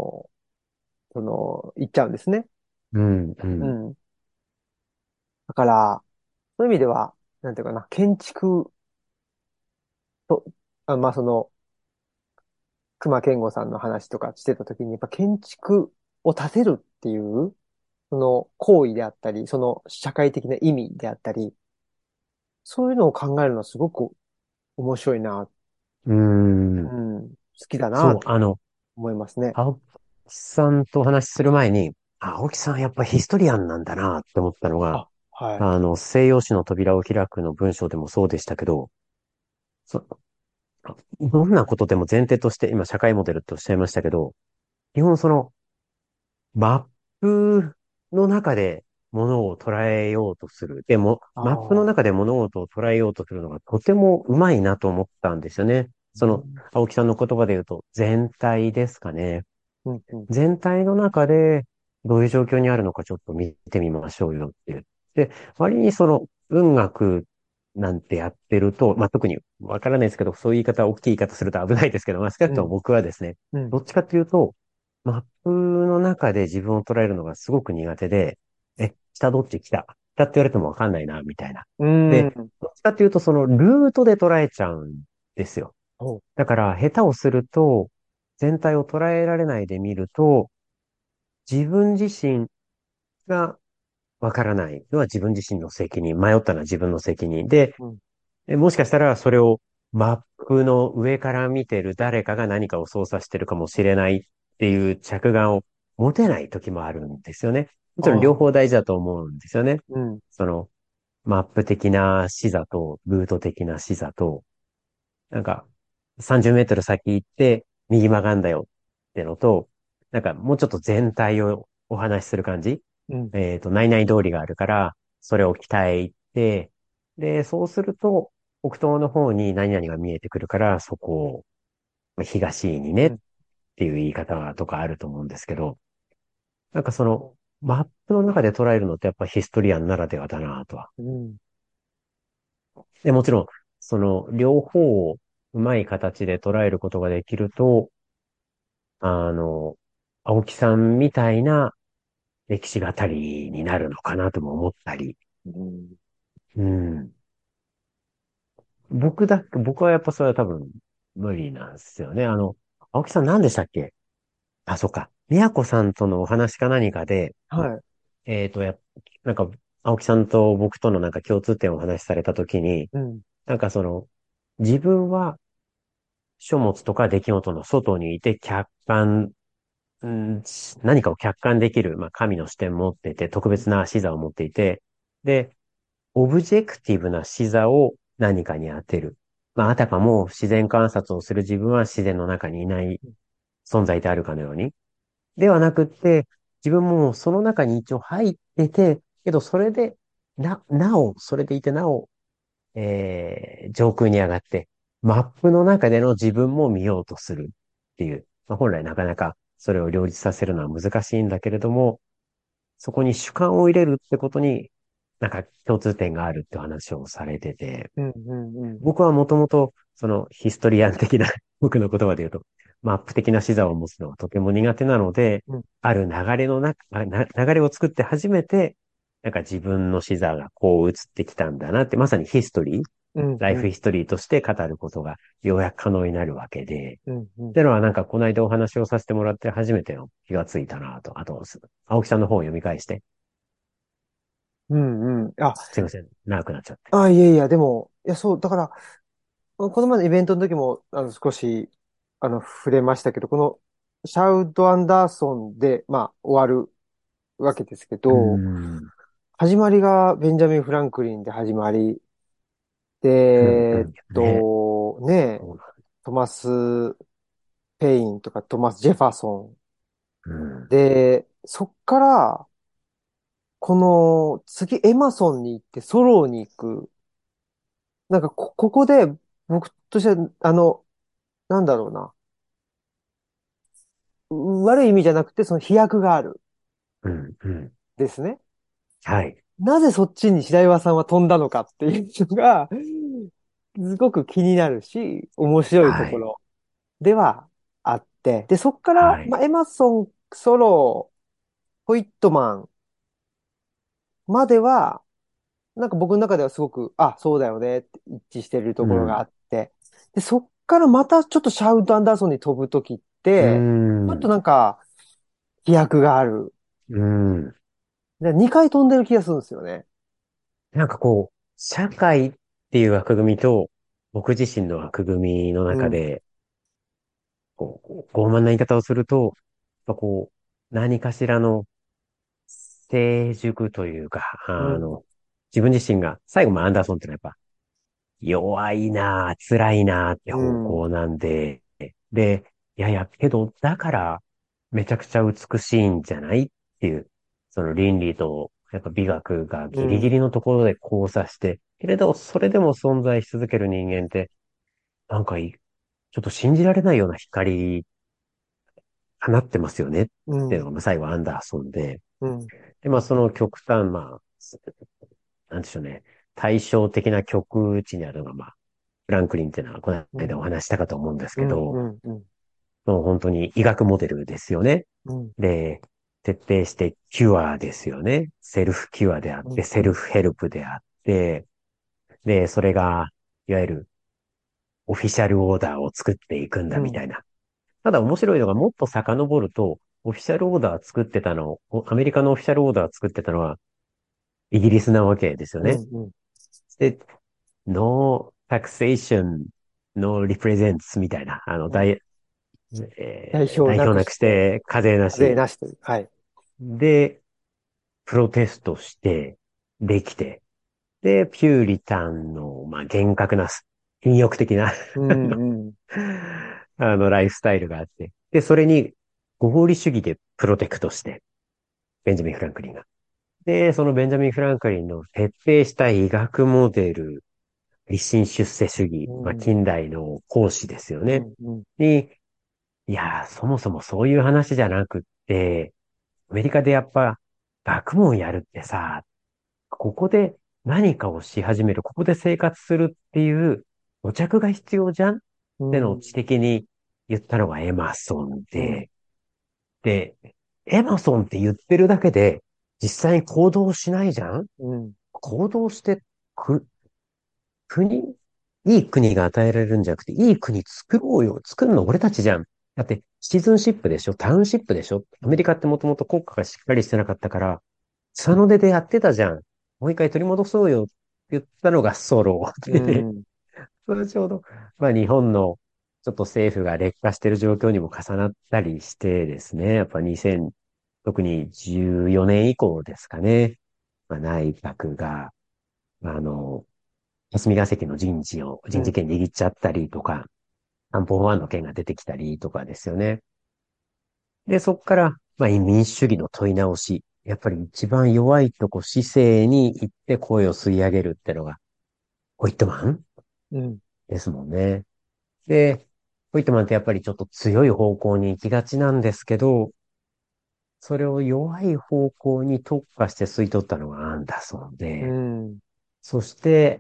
行っちゃうんですね。 うん、うん、 うん。だから、そういう意味では、なんていうかな、建築と、まあ熊健吾さんの話とかしてた時に、やっぱ建築を建てるっていう、その行為であったり、その社会的な意味であったり、そういうのを考えるのはすごく面白いな、 うん。 うん、好きだなそう、 と思いますね。 青木さんとお話しする前に、青木さんやっぱヒストリアンなんだなって思ったのが、 あ、はい。 西洋史の扉を開くの文章でもそうでしたけど、そ、どんなことでも前提として、今社会モデルっておっしゃいましたけど、基本マップの中で物を捉えようとする。でも、 あマップの中あ、 で物事を捉えようとするのがとてもうまいなと思ったんですよね。青木さんの言葉で言うと、全体ですかね。 うん、うん、 全体の中でどういう状況にあるのかちょっと見てみましょうよっていう。で、割に文学なんてやってると、まあ、特にわからないですけど、そういう言い方、大きい言い方すると危ないですけど、まあ、少なくともうん、 僕はですね、 うん、 どっちかというと、マップの中で自分を捉えるのがすごく苦手で、下どっち来た北って言われてもわかんないな、みたいな。 うで、 ん、 どっちかというと、そのルートで捉えちゃうんですよ。 おだから、下手をすると、全体を捉えられないで見ると、自分自身がわからないのは自分自身の責任。迷ったのは自分の責任で、 うん、 もしかしたらそれをマップの上から見てる誰かが何かを操作してるかもしれないっていう着眼を持てない時もあるんですよね。もちろん両方ああ、 大事だと思うんですよね。 うん、 そのマップ的な視座とルート的な視座と、なんか30メートル先行って右曲がんだよってのと、なんかもうちょっと全体をお話しする感じ。 うん、 何々通りがあるから、それを北へ行って、で、そうすると、北東の方に何々が見えてくるから、そこを、まあ東にねっうん、 ていう言い方とかあると思うんですけど、なんかマップの中で捉えるのってやっぱヒストリアンならではだなとは。 うん、 で、もちろん、両方をうまい形で捉えることができると、あの、青木さんみたいな歴史語りになるのかなとも思ったり、 うん、 うん。僕はやっぱそれは多分無理なんですよね。青木さん何でしたっけ？あ、そっか。宮子さんとのお話か何かで、 はい。 えっと、や、なんか、青木さんと僕とのなんか共通点をお話しされたときに、 うん、 なんか自分は書物とか出来事の外にいて何かを客観できる、まあ、神の視点を持っていて、特別な視座を持っていて、で、オブジェクティブな視座を何かに当てる。まあ、あたかも自然観察をする自分は自然の中にいない存在であるかのように。ではなくって、自分もその中に一応入ってて、けどそれで、それでいてなお、上空に上がって、マップの中での自分も見ようとするっていう。まあ、本来なかなかそれを両立させるのは難しいんだけれども、そこに主観を入れるってことに、なんか共通点があるって話をされてて、 うん、うん、うん、 僕はもともとそのヒストリアン的な僕の言葉で言うと、マップ的な視座を持つのはとても苦手なので、 うん、 ある流れの中、流れを作って初めて、なんか自分の視座がこう映ってきたんだなって、まさにヒストリー、 うん、うん、 ライフヒストリーとして語ることがようやく可能になるわけで、っうん、うん、 てのはなんかこの間お話をさせてもらって初めての気がついたなと。あと、青木さんの本を読み返して、 うん、うん。あ、 すいません。長くなっちゃって。 いやいや、でも、いや、そう、だから、この前のイベントの時も、少し、触れましたけど、この、シャウド・アンダーソンで、まあ、終わるわけですけうーど、 ん。 始まりがベンジャミン・フランクリンで始まり、で、 うん、うん。ね。 ね、 そうトマス・ペインとかトマス・ジェファソン。 うん。 で、そっから、この、次、エマソンに行ってソロに行く。なんかここで、僕としては、なんだろうな。悪い意味じゃなくて、その飛躍がある。 うん、うん。 ですね。 はい。 なぜそっちに白岩さんは飛んだのかっていうのが、 すごく気になるし、面白いとはい。 ころではあって、で、そっから、 はい。 まあ、エマソン、ソロ、ホイットマンまでは、なんか僕の中ではすごく、あ、そうだよねって一致してるとうん。 ころがあって、で、そっからまたちょっとシャウト・アンダーソンに飛ぶときっうて、ちょっとん。 なんか飛躍がある。 うん。 で、2回飛んでる気がするんですよね。 なんかこう、社会っていう枠組みと、僕自身の枠組みのうん、 中で、こう、傲慢な言い方をすると、やっぱこう、何かしらの成熟というか、 うん、 自分自身が、最後もアンダーソンってのはやっぱ、弱いなあ、辛いなあってうん、 方向なんで、で、いやいや、けど、だから、めちゃくちゃ美しいんじゃないっていう、その倫理と、やっぱ美学がギリギうん、 リのところで交差して、けれど、それでも存在し続ける人間って、なんかちょっと信じられないような光放ってますよねっうん、 ていうのが、まあ最後アンダーソンで、 うん、 で、まあその極端、まあ、なんでしょうね、対照的な極地にあるのが、まあ、フランクリンっていうのはこのうん、 間お話したかと思うんですうん、 けど、 うん、うん、 もう本当に医学モデルですよね。 うん、 で、徹底してキュアですよね。セルフキュアであって、 うん、 セルフヘルプであって、で、それが、いわゆるオフィシャルオーダーを作っていくんうん、 だみたいな。ただ面白いのがもっと遡ると、オフィシャルオーダー作ってたの、アメリカのオフィシャルオーダー作ってたのはイギリスなわけですよね。 うん、うん、 で、No taxation, no represents みたいな、 うん。代表な代表なくくして、 して課税な課税し。 なしという。はい。 で、プロテストして、できて、で、ピューリタンの、まあ、厳格な、品欲的なうん、うん、 ライフスタイルがあって、で、それに合理主義でプロテクトして、ベンジャミン・フランクリンが。で、そのベンジャミン・フランクリンの徹底した医学モデル、立身出世主義、まあ、 うん、 近代の講師ですよね。 うん、うん、 に、いやー、そもそもそういう話じゃなくって、アメリカでやっぱ学問やるってさ、ここで何かをし始める、ここで生活するっていう土着が必要じゃんっうん、 てのを知的に言ったのがエマソンうん、 で、エマソンって言ってるだけで実際に行動しないじゃん。 うん、 行動してく、国、いい国が与えられるんじゃなくて、いい国作ろうよ。作るの俺たちじゃん。だって、シティズンシップでしょ、タウンシップでしょ。アメリカってもともと国家がしっかりしてなかったから、草の出でやってたじゃん。もう一回取り戻そうよって言ったのがソロうで、 ん、 それちょうど、まあ日本のちょっと政府が劣化してる状況にも重なったりしてですね、やっぱ2000、特に14年以降ですかね。まあ内閣が、あの、霞が関の人事うん、 権握っちゃったりとか、安保法案の件が出てきたりとかですよね。で、そこから、まあ、民主主義の問い直し。やっぱり一番弱いとこ姿勢に行って声を吸い上げるってのが、ホイットマンうん、 ですもんね。で、ホイットマンってやっぱりちょっと強い方向に行きがちなんですけど、それを弱い方向に特化して吸い取ったのがアンダーソンうで、 ん、 そして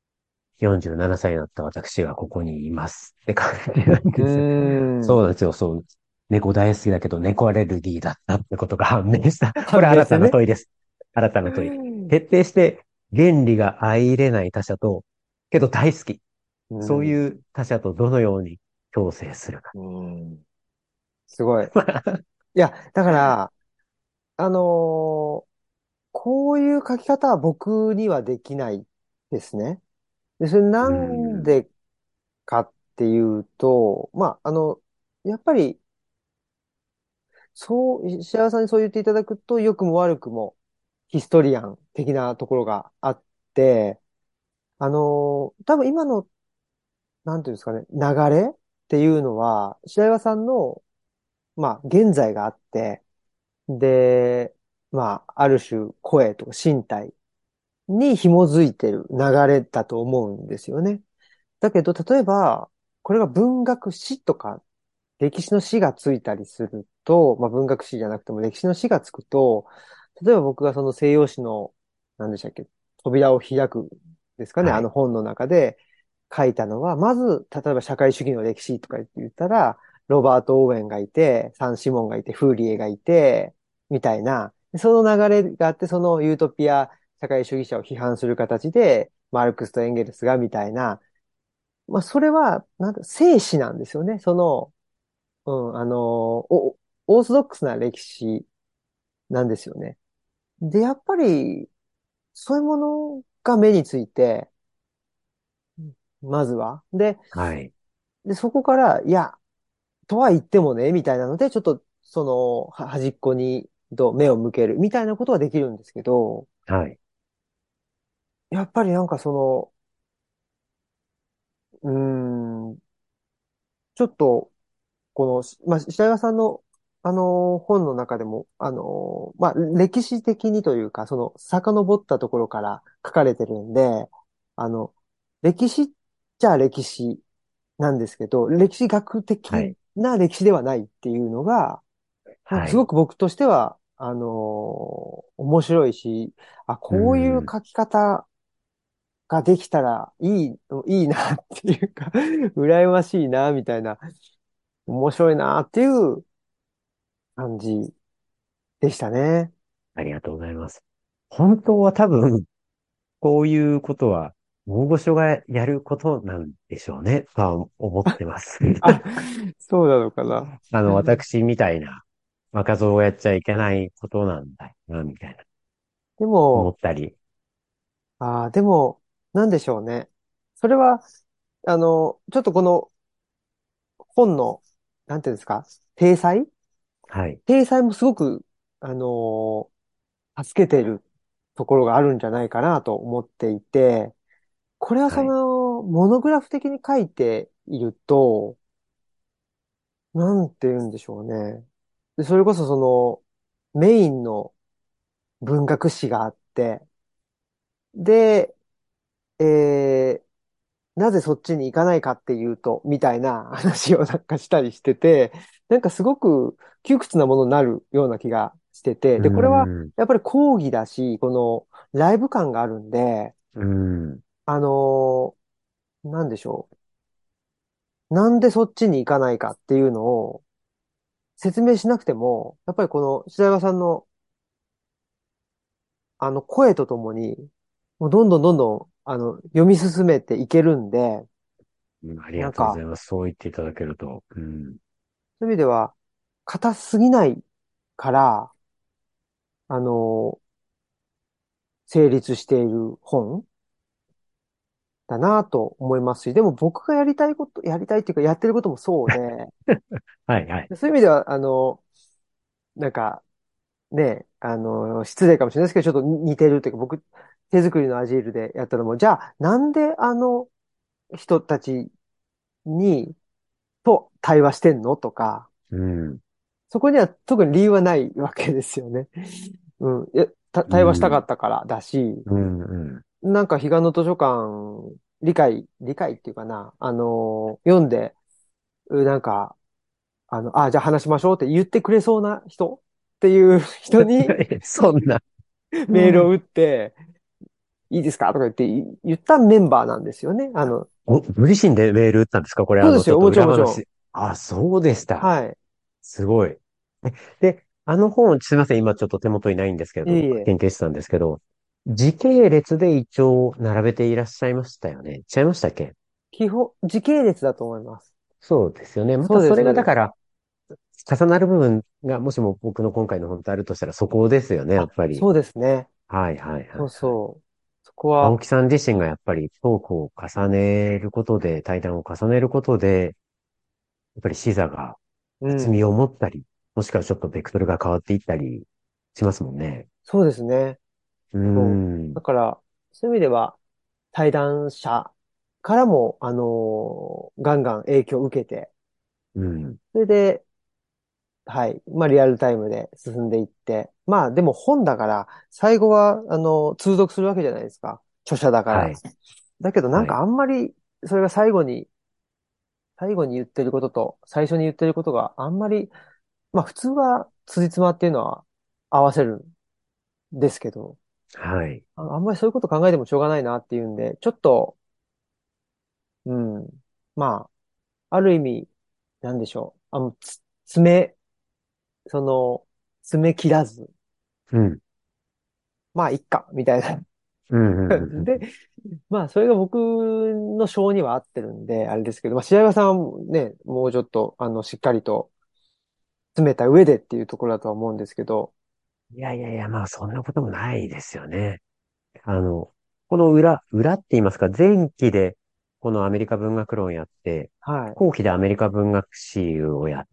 47歳になった私がここにいますって感じなんうですよ。 ん。 そうなんですよ、そう。猫大好きだけど猫アレルギーだったってことが判明した。これ新たな判明してね。 問いです。新たな問い。徹底して原理が相入れない他者と、けど大好き。 うん、 そういう他者とどのように共生するか。 うん。すごい。いや、だから、あのーこういう書き方は僕にはできないですね。で、それうなんん。 でかっていうと、まあ、やっぱり、そう、石原さんにそう言っていただくと、良くも悪くもヒストリアン的なところがあって、多分今の、なんていうんですかね、流れっていうのは、白岩さんの、まあ、現在があって、で、まあ、ある種、声とか身体に紐づいてる流れだと思うんですよね。だけど、例えば、これが文学史とか、歴史の史がついたりすると、まあ文学史じゃなくても歴史の史がつくと、例えば僕がその西洋史の、何でしたっけ、扉を開くですかね、 はい。 あの本の中で、 書いたのは、まず、例えば社会主義の歴史とか言ったら、ロバート・オーウェンがいて、サン・シモンがいて、フーリエがいて、みたいな、その流れがあって、そのユートピア社会主義者を批判する形で、マルクスとエンゲルスがみたいな、まあ、それは、なんだ、正史なんですよね。オーソドックスな歴史なんですよね。で、やっぱり、そういうものが目について、まずは。 はい。 で、そこから、いや、とは言ってもね、みたいなので、ちょっと、端っこに、目を向ける、みたいなことはできるんですけど、 はい。 やっぱりなんかうーん、ちょっと、まあ、白岩さんの、本の中でも、まあ、歴史的にというか、遡ったところから書かれてるんで、あの、歴史っちゃ歴史なんですけど、歴史学的はい。 な歴史ではないっていうのが、なんかはい。 すごく僕としては、面白いし、あ、 うこういうん。 書き方ができたらいいなっていうか、羨ましいな、みたいな、面白いなっていう感じでしたね。 ありがとうございます。本当は多分、こういうことは、大御所がやることなんでしょうね、とは思ってます。 あ、そうなのかな。 私みたいな若造がやっちゃいけないことなんだよな、みたいな、 でも、 思ったり。 でも、なんでしょうね。それは、ちょっとこの本の、なんていうんですか、体裁はい。 体裁もすごく、あの助けてるところがあるんじゃないかなと思っていて、これははい。 モノグラフ的に書いていると、なんて言うんでしょうね。でそれこそメインの文学史があって、で、えなぜそっちに行かないかっていうと、みたいな話をなんかしたりしてて、なんかすごく窮屈なものになるような気がしてて、 うーで、これはん。 やっぱり講義だし、このライブ感があるんで、 うーん。 あのなんでしょう。なんでそっちに行かないかっていうのを説明しなくても、やっぱりこの白岩さんの声とともに、もうどんどんどんどん、読み進めていけるんで、 うんありがなんか、 とうございます。そう言っていただけると。うん。 そういう意味では、硬すぎないから、あの、成立している本だなと思いますし、でも僕がやりたいっていうかやってることもそうで、 はい、はい。 そういう意味では、なんかね、失礼かもしれないですけど、ちょっと似てるっていうか、僕、手作りのアジールでやったのも、じゃあ、なんで人たちに、と対話してんのとか、 うん。 そこには特に理由はないわけですよね。うん。 う対話したかん。 ったからだし、 うん。うん。 なんか彼岸の図書館、理解っていうかな、読んで、なんか、じゃあ話しましょうって言ってくれそうな人っていう人にそんな。 メールを打って、いいですかとか言ったメンバーなんですよね。 ご自身でメール打ったんですか？これ、ちょっそうですよ。もちろんと裏もちろん。 話。あ、そうでした。 はい。 すごい。で、あの本、すいません、今ちょっと手元にないんですけれど、 いえいえ。 研究してたんですけど、時系列で一応並べていらっしゃいましたよね。違いましたっけ？ 時系列だと思います。 そうですよね。まそうです、 たそれそうです。 がだから、重なる部分が、もしも僕の今回の本とあるとしたら、そこですよね、やっあ、 ぱり。 そうですね。 はいはいはそういはい。 そう。そこは、 青木さん自身がやっぱりトークを重ねることで、対談を重ねることで、やっぱり視座がうん。 厚みを持ったり、もしくはちょっとベクトルが変わっていったりしますもんね。 そうですね。 うーそう。 ん。 だから、そういう意味では、対談者からも、ガンガン影響を受けて、 うん。 それで、はい。まあ、リアルタイムで進んでいって、まあ、でも本だから、最後は、通読するわけじゃないですか。著者だから。 はい。 だけど、なんはい。 かあんまり、それが最後に言ってることと、最初に言ってることがあんまり、まあ、普通は、辻褄っていうのは合わせるんですけど、 はい。 あんまりそういうこと考えてもしょうがないなっていうんで、ちょっと、 うん。まあ、ある意味、なんでしょう。爪、その、爪切らず、 うん。 まあ、いっか、みたいな。 うん、うん、うん。 で、まあ、それが僕の性には合ってるんで、あれですけど、まあ、白岩さんはね、もうちょっと、しっかりと詰めた上でっていうところだとは思うんですけど、 いやいやいや、まあそんなこともないですよね。あの、この裏って言いますか、前期でこのアメリカ文学論やって、 はい。 後期でアメリカ文学史をやって、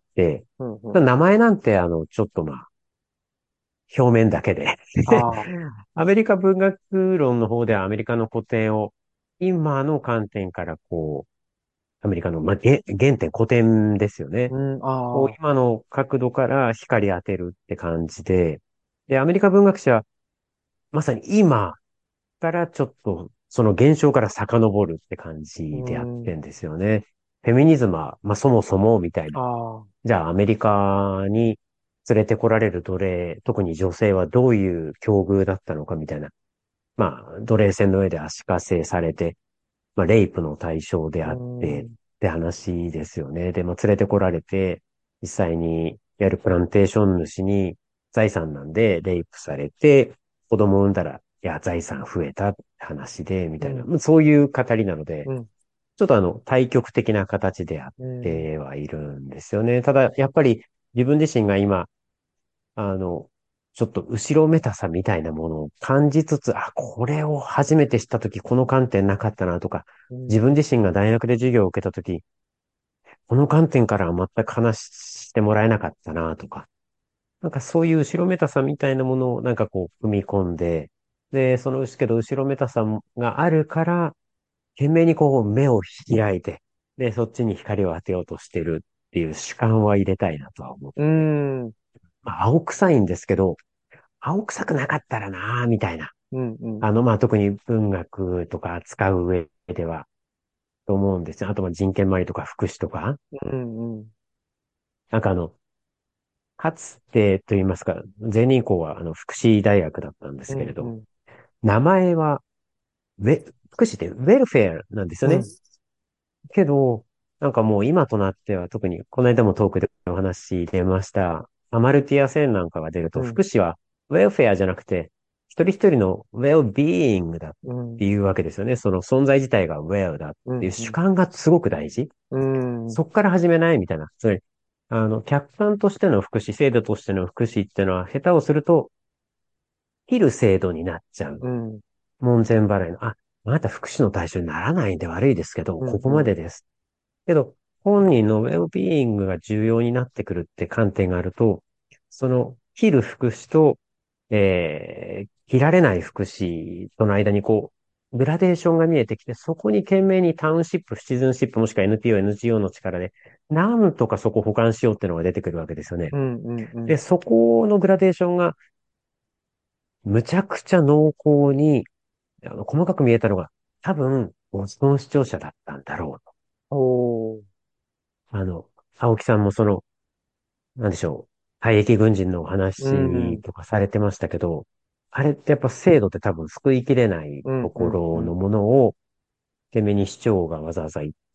うんうん。 名前なんてちょっとまあ、表面だけでああ、 アメリカ文学論の方ではアメリカの古典を、今の観点からこう、アメリカの、まあ、原点、古典ですよね。 うん、 こう、 ああ、 今の角度から光当てるって感じで、で、アメリカ文学史は、まさに今からちょっと、その現象から遡るって感うじでやってん、 んですよね。フェミニズムは、まあ、そもそもみたいな。 ああ、 じゃあ、アメリカに連れてこられる奴隷、特に女性はどういう境遇だったのかみたいな。まあ、奴隷船の上で足かせされて、まあ、レイプの対象でうあってっん、 て話ですよね。で、まあ、連れてこられて、実際にやるプランテーション主に財産なんで、レイプされて、子供を産んだら、いや、財産増えたって話で、みたいな、 うん、 まあそういう語りなので、 うん、 ちょっと対極的な形であっうん、 てはいるんですよね。ただ、やっぱり自分自身が今、あの、ちょっと後ろめたさみたいなものを感じつつ、あ、これを初めて知ったとき、この観点なかったなとか、 うん、 自分自身が大学で授業を受けたとき、この観点からは全く話してもらえなかったなとか、なんかそういう後ろめたさみたいなものをなんかこう踏み込んで、で、そのけど後ろめたさがあるから、懸命にこう目を開いて、で、そっちに光を当てようとしてるっていう主観は入れたいなとは思っうて。 ん、 まあ、青臭いんですけど、青臭くなかったらなみたいな。 うん、うん、 まあ、特に文学とか扱う上では、と思うんですよ。あと、まあ、人権周りとか福祉とか。 うん、うん、 なんかかつてと言いますか、全人校は福祉大学だったんでうん、 すけれど、 うん、 名前は、福祉ってウェルフェアなんですよね。 うん、 けど、なんかもう今となっては特にこの間もトークでお話出ました。アマルティア線なんかが出ると、 うん、 福祉はウェルフェアじゃなくて、一人一人のウェルビーイングだっていうわけですよね。その存在自体がウェルだっていう主観がすごく大事。 うん、うん、 そっから始めないみたいな。つまり、客観としての福祉、制度としての福祉っていうのは、下手をすると、切る制度になっちゃう。 うん、 門前払いの、あなた福祉の対象にならないんで悪いですけど、 うん、 ここうん、 までです。けど、本人のウェルビーイングが重要になってくるって観点があると、その、切る福祉と、切られない福祉との間にグラデーションが見えてきて、そこに懸命にタウンシップ、シチズンシップもしくは NPO、NGO の力で、なんとかそこを補完しようっていうのが出てくるわけですよね。 うん、うで、 ん、 そこのグラデーションがむちゃくちゃ濃厚に、細かく見えたのが、多分、ボストン視聴者だったんだろうと。 おー、 あの、青木さんもなんでしょう、退役軍人のおうん、う話ん、 とかされてましたけど、あれってやっぱ制度って多分救いきれないうん、 とこうん、 ろのものを、懸命に市長がわざわざ言って、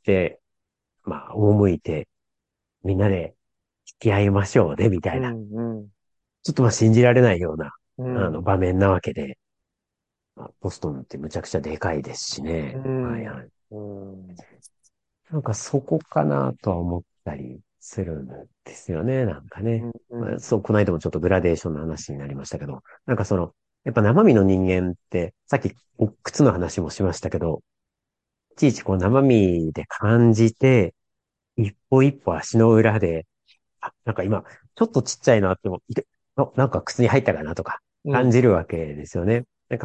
まあ、赴いて、みんなで引き合いましょうね、みたいな。 うん、うん、 ちょっとまあ信じられないような、 うん、 場面なわけで、まあボストンってむちゃくちゃでかいですしね。はいはい。 うん、 なんかそこかなとは思ったりするんですよね、なんかね。 うん、うん、 まあ、そう、この間もちょっとグラデーションの話になりましたけど、なんかやっぱ生身の人間って、さっき靴の話もしましたけど、いちいち生身で感じて、一歩一歩足の裏で、なんか今、ちょっとちっちゃいなっても、なんか靴に入ったかなとかうん、 感じるわけですよね。なんか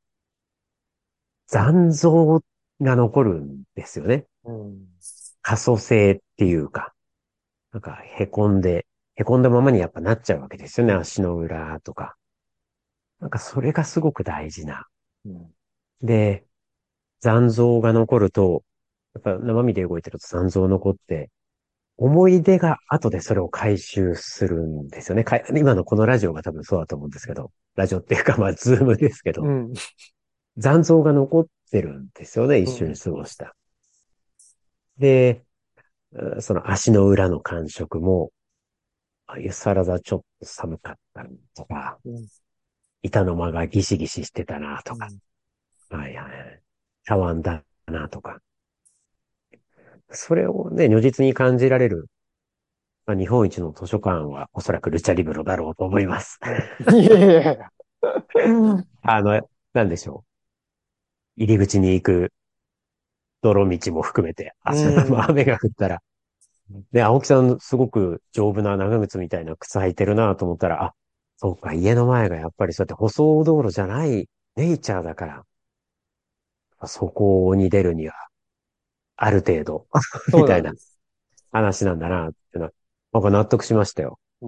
残像が残るんですよね。 うん、 可塑性っていうか。なんか、へこんだままにやっぱなっちゃうわけですよね。足の裏とか。なんか、それがすごく大事な。 うん、 で、残像が残ると、やっぱ生身で動いてると残像残って、思い出が後でそれを回収するんですよね。今のこのラジオが多分そうだと思うんですけど、ラジオっていうかまあ、ズームですけど、 うん、 残像が残ってるんですよね。一緒にうん、 過ごした。 で、その足の裏の感触も、ああいう体ちょっと寒かったとか、 うん。 板の間がギシギシしてたなとか、 うん。 はいはい。茶碗だなとか、それをね、如実に感じられる、まあ、日本一の図書館はおそらくルチャリブロだろうと思います。 うん。いやいやいやいや。 なんでしょう。入り口に行く泥道も含めて、 うまあん。 雨が降ったら、で、青木さんすごく丈夫な長靴みたいな靴履いてるなと思ったら、あ、そうか、家の前がやっぱりそうやって舗装道路じゃないネイチャーだから、そこに出るには、ある程度みそうたいななんです。 話なんだなってのは、なんか納得しましたよ。 うん。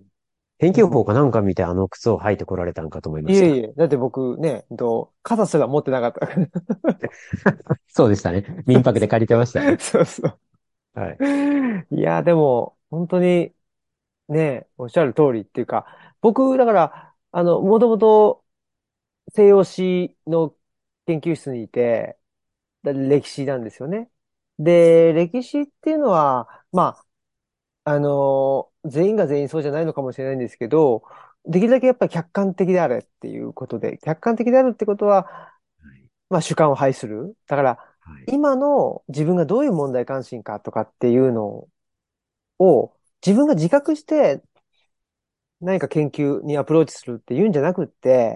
天気予報かなんか見てあの靴を履いてこられたんかと思いました。 いえいえ。だって僕ね、傘すら持ってなかったから。 そうでしたね。民泊で借りてましたね。 そうそう。 はい。 いや、でも、本当にね、おっしゃる通りっていうか、僕、だから、もともと西洋史の研究室にいて、歴史なんですよね。で、歴史っていうのは、まあ、全員が全員そうじゃないのかもしれないんですけど、できるだけやっぱり客観的であれっていうことで、客観的であるってことは、 はい。 まあ主観を排する。だから、 はい。 今の自分がどういう問題関心かとかっていうのを、自分が自覚して何か研究にアプローチするっていうんじゃなくって、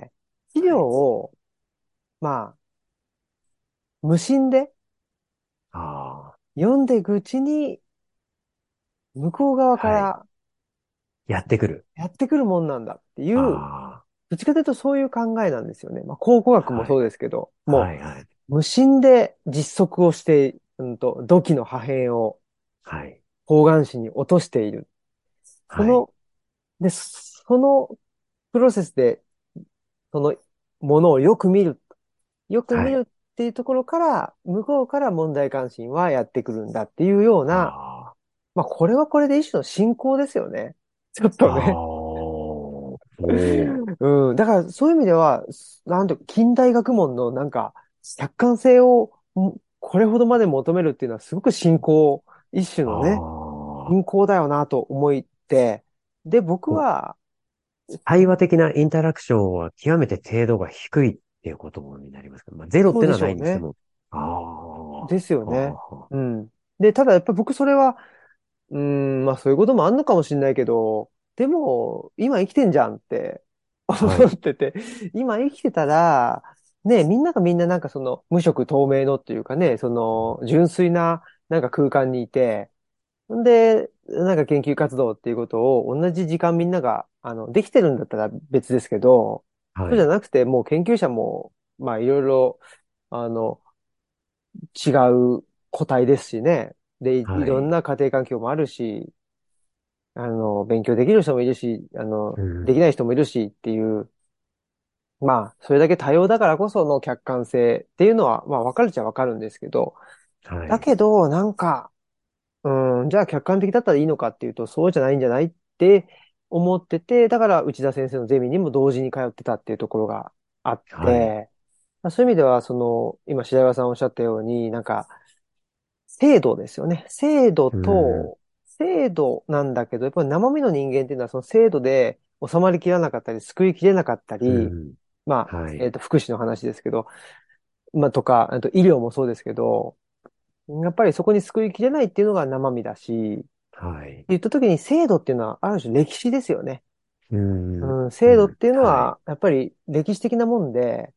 資はい。 料を、まあ、無心でああ。 読んでいくうちに、向こう側かはい。 らやってくる。 やってくるもんなんだっていう、 あどっちかというとそういう考えなんですよね。まあ、考古学あ。 もはい。 そうですけど、もはい。はい。 う無心で実測をして、土器の破片をはい。 方眼紙に落としている。そはい。 の、そのプロセスで、そのものをよく見る。よくはい。 見るっていうところから、向こうから問題関心はやってくるんだっていうような、 ああ。 まあ、これはこれで一種の信仰ですよね。ちょっとああ。 ね。 おー。 うん。だからそういう意味では、なんていうか、近代学問のなんか、客観性をこれほどまで求めるっていうのはすごく信仰、一種あのね、 あ。 信仰だよなと思って、で、僕こうは、 対話的なインタラクションは極めて程度が低いっていうことになりますけど、まあ、ゼロっそうでていうのはしょうね。 ないにしても。ああ。 ですよね。 あうん。で、ただやっぱり僕それは、まあそういうこともあんのかもしれないけど、でも、今生きてんじゃんってあ。は思い。 ってて、今生きてたら、ね、みんながみんななんかその無色透明のっていうかね、その純粋ななんか空間にいて、んで、なんか研究活動っていうことを同じ時間みんなが、できてるんだったら別ですけど、そうじゃはい。 なくてもう研究者も、まあいろいろ、あの、違う個体ですしね。で、いはい。 ろんな家庭環境もあるし、勉強できる人もいるし、 うん。 できない人もいるしっていう、まあ、それだけ多様だからこその客観性っていうのは、まあ、分かるっちゃ分かるんですけど、だはい。 けど、なんか、じゃあ客観的だったらいいのかっていうと、そうじゃないんじゃないって思ってて、だから内田先生のゼミにも同時に通ってたっていうところがあっはい。 て、まあそういう意味では、今、白岩さんおっしゃったように、なんか、制度ですよね。 うん。 制度なんだけど、やっぱり生身の人間っていうのはその制度で収まりきらなかったり、救いきれなかったり、 うん。 まあ、 はい。 福祉の話ですけど、まあとか、あと医療もそうですけど、やっぱりそこに救いきれないっていうのが生身だし、ってはい。 言った時に制度っていうのはある種歴史ですよね。 うん。 制度っうん。 ていうのはい。 はやっぱり歴史的なもんで、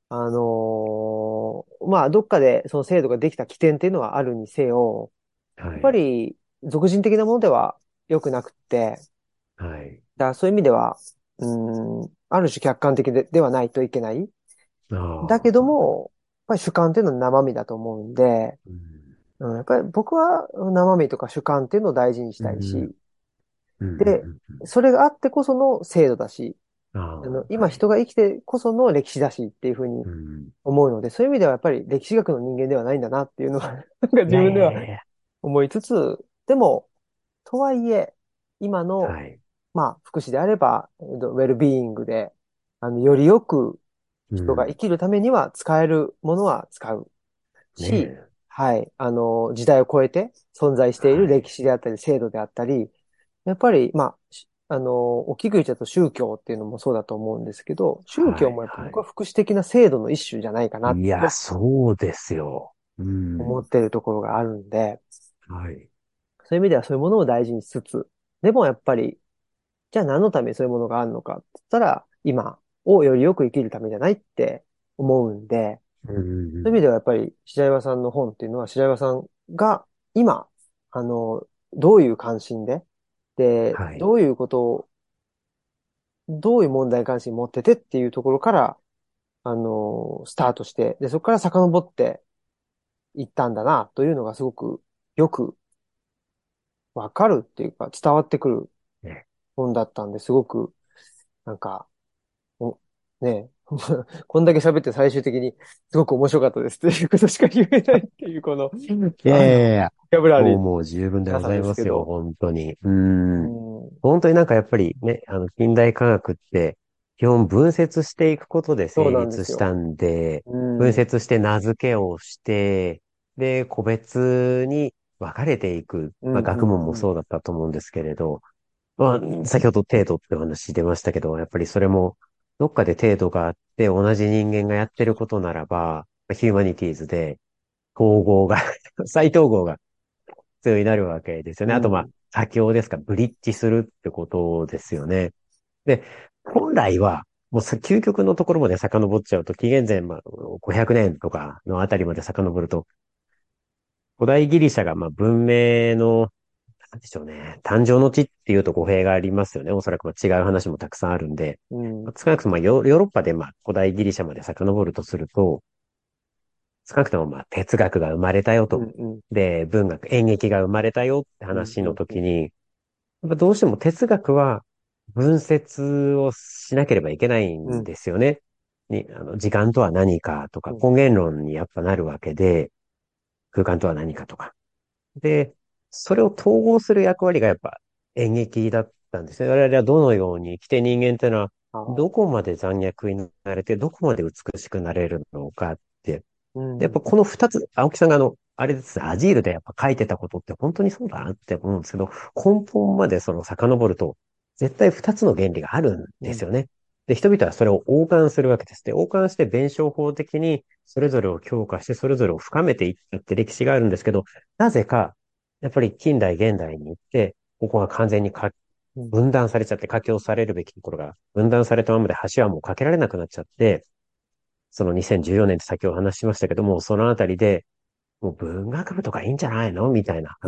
まあどっかでその制度ができた起点っていうのはあるにせよ、やっぱはい。 り、俗人的なものでは良くなくって、 はい。 だからそういう意味では、ある種客観的ではないといけない。 あだけどあ。 も、やっぱり主観っていうのは生身だと思うんで、 うん。 やっぱり僕は生身とか主観っていうのを大事にしうん。 たいし、 うん。うで、 ん。うん。 それがあってこその制度だし、 ああ。はい。 今人が生きてこその歴史だしっていうふうにうん。 思うので、そういう意味ではやっぱり歴史学の人間ではないんだなっていうのは、なんかいやい自分ではやいやいや。 思いつつ、でも、とはいえ、今の、 はい。 まあ、福祉であれば、ウェルビーイングで、よりよくうん。 人が生きるためには使えるものは使うし、 ねえ。 はい、時代を超えて存在しているはい。 歴史であったり、制度であったり、やっぱり、まあ、大きく言っちゃうと宗教っていうのもそうだと思うんですけど、宗教はい。 もやっぱ僕ははい。 福祉的な制度の一種じゃないかないや、 とそうですよ。うん。 思ってるところがあるんで、 はい。 そういう意味ではそういうものを大事にしつつ、でもやっぱり、じゃあ何のためにそういうものがあるのかって言ったら、今をよりよく生きるためじゃないって思うんで、 うんうんうん。 そういう意味ではやっぱり白岩さんの本っていうのは白岩さんが今、あの、どういう関心で、で、 はい。 どういうことを、どういう問題関心持っててっていうところから、スタートして、で、そこから遡っていったんだな、というのがすごくよくわかるっていうか伝わってくるね。 本だったんで、すごく、なんか、ねえ、こんだけ喋って最終的にすごく面白かったですっていうことしか言えないっていう、この、 いやいやいやいボや、 キャブラリーもう十分でごなさざいますよ、 ですけど、 本当に。 うん。 ん、 本当になんかやっぱりね、近代科学って、基本分節していくことでそう成なんですよ。 立したんで、 う分ん、 節して名付けをして、で、個別に分かれていく。まあ、 うん、う学問もん、うん、 そうだったと思うんですけれど、まあ、先ほど程度ってお話出ましたけど、やっぱりそれも、どっかで程度があって、同じ人間がやってることならば、ヒューマニティーズで、統合が再統合が必要になるわけですよね。あと、まあ、 うん、 妥協ですか、ブリッジするってことですよね。で、本来は、もう究極のところまで遡っちゃうと、紀元前、まあ、500年とかのあたりまで遡ると、古代ギリシャが、まあ、文明の、なんでしょうね、誕生の地っていうと語弊がありますよね。おそらくまあ違う話もたくさんあるんで、 うん、 少なくともまあヨーロッパでまあ古代ギリシャまで遡るとすると、少なくともまあ哲学が生まれたよと。 うん、うん、 で、文学、演劇が生まれたよってうん、 話のうん、うん、 時に、やっぱどうしても哲学は分節をしなければいけないんうん、 ですよね。時間とは何かとかうん、 根源論にやっぱなるわけで、空間とは何かとか。で、それを統合する役割がやっぱ演劇だったんですね。我々はどのように生きて人間っていうのは、 あー、 どこまで残虐になれて、どこまで美しくなれるのかって。で、やっうん、 ぱこの二つ、青木さんがあれですね、アジールでやっぱ書いてたことって本当にそうだなって思うんですけど、根本までその遡ると、絶対二つの原理があるんうん、 ですよね。で、人々はそれを謳歌するわけです。で、謳歌して弁証法的にそれぞれを強化して、それぞれを深めていったって歴史があるんですけど、なぜか、やっぱり近代現代に行って、ここが完全にうん、 分断されちゃって、架橋されるべきところが分断されたままで橋はもう架けられなくなっちゃって、その2014年って先ほどお話ししましたけども、そのあたりで、もう文学部とかいいんじゃないのみたいな、 うん、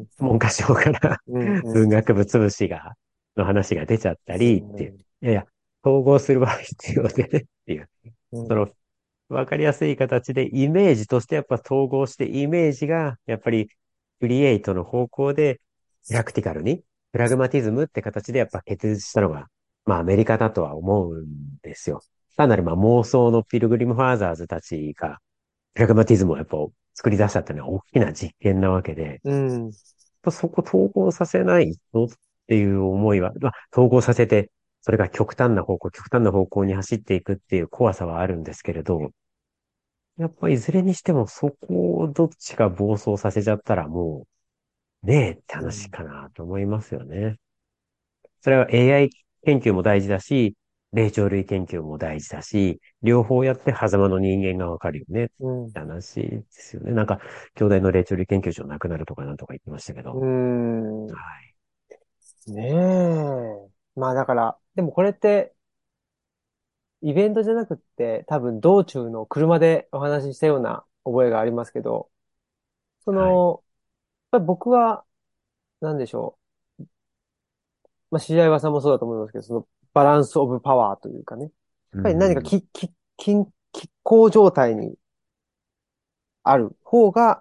文科省からうん、うん、 文学部潰しの話が出ちゃったうりっていう。 ん、 いやいや、統合する場合必要でねっていう。 うん、 その、わかりやすい形でイメージとしてやっぱ統合してイメージがやっぱりクリエイトの方向でプラクティカルにプラグマティズムって形でやっぱ結実したのがまあアメリカだとは思うんですよ。単なるまあ妄想のピルグリムファーザーズたちがプラグマティズムをやっぱ作り出したっていうのは大きな実験なわけで、 うん、 そこ統合させないとっていう思いは、まあ、統合させて、それが極端な方向に走っていくっていう怖さはあるんですけれど、やっぱいずれにしてもそこをどっちか暴走させちゃったらもう、ねえってうん、 話かなと思いますよね。それは AI 研究も大事だし、霊長類研究も大事だし、両方やって狭間の人間がわかるよねって話ですよね。なんか、兄弟の霊長類研究所なくなるとかなんとか言ってましたけど。 うん、うん、 はい。 ねえ。まあだから、でもこれってイベントじゃなくって多分道中の車でお話ししたような覚えがありますけど、そはい。 の、やっぱり僕は、なんでしょう。まあ、知り合いさんもそうだと思いますけど、そのバランスオブパワーというかね。やっうぱり何かん。 均衡状態にある方が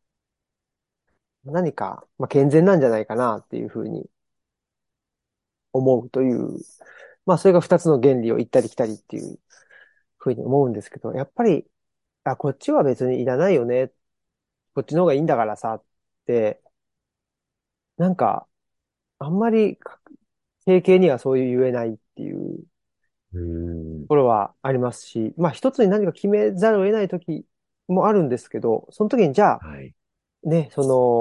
何か、まあ、健全なんじゃないかなっていうふうに思うという、まあ、それが二つの原理を行ったり来たりっていうふうに思うんですけど、やっぱり、あ、こっちは別にいらないよね。こっちの方がいいんだからさって、なんか、あんまり定型にはそういう言えないっていううん。 ところはありますし、まあ一つに何か決めざるを得ないとき、 もあるんですけど、その時にじゃあ、 はい。 ね、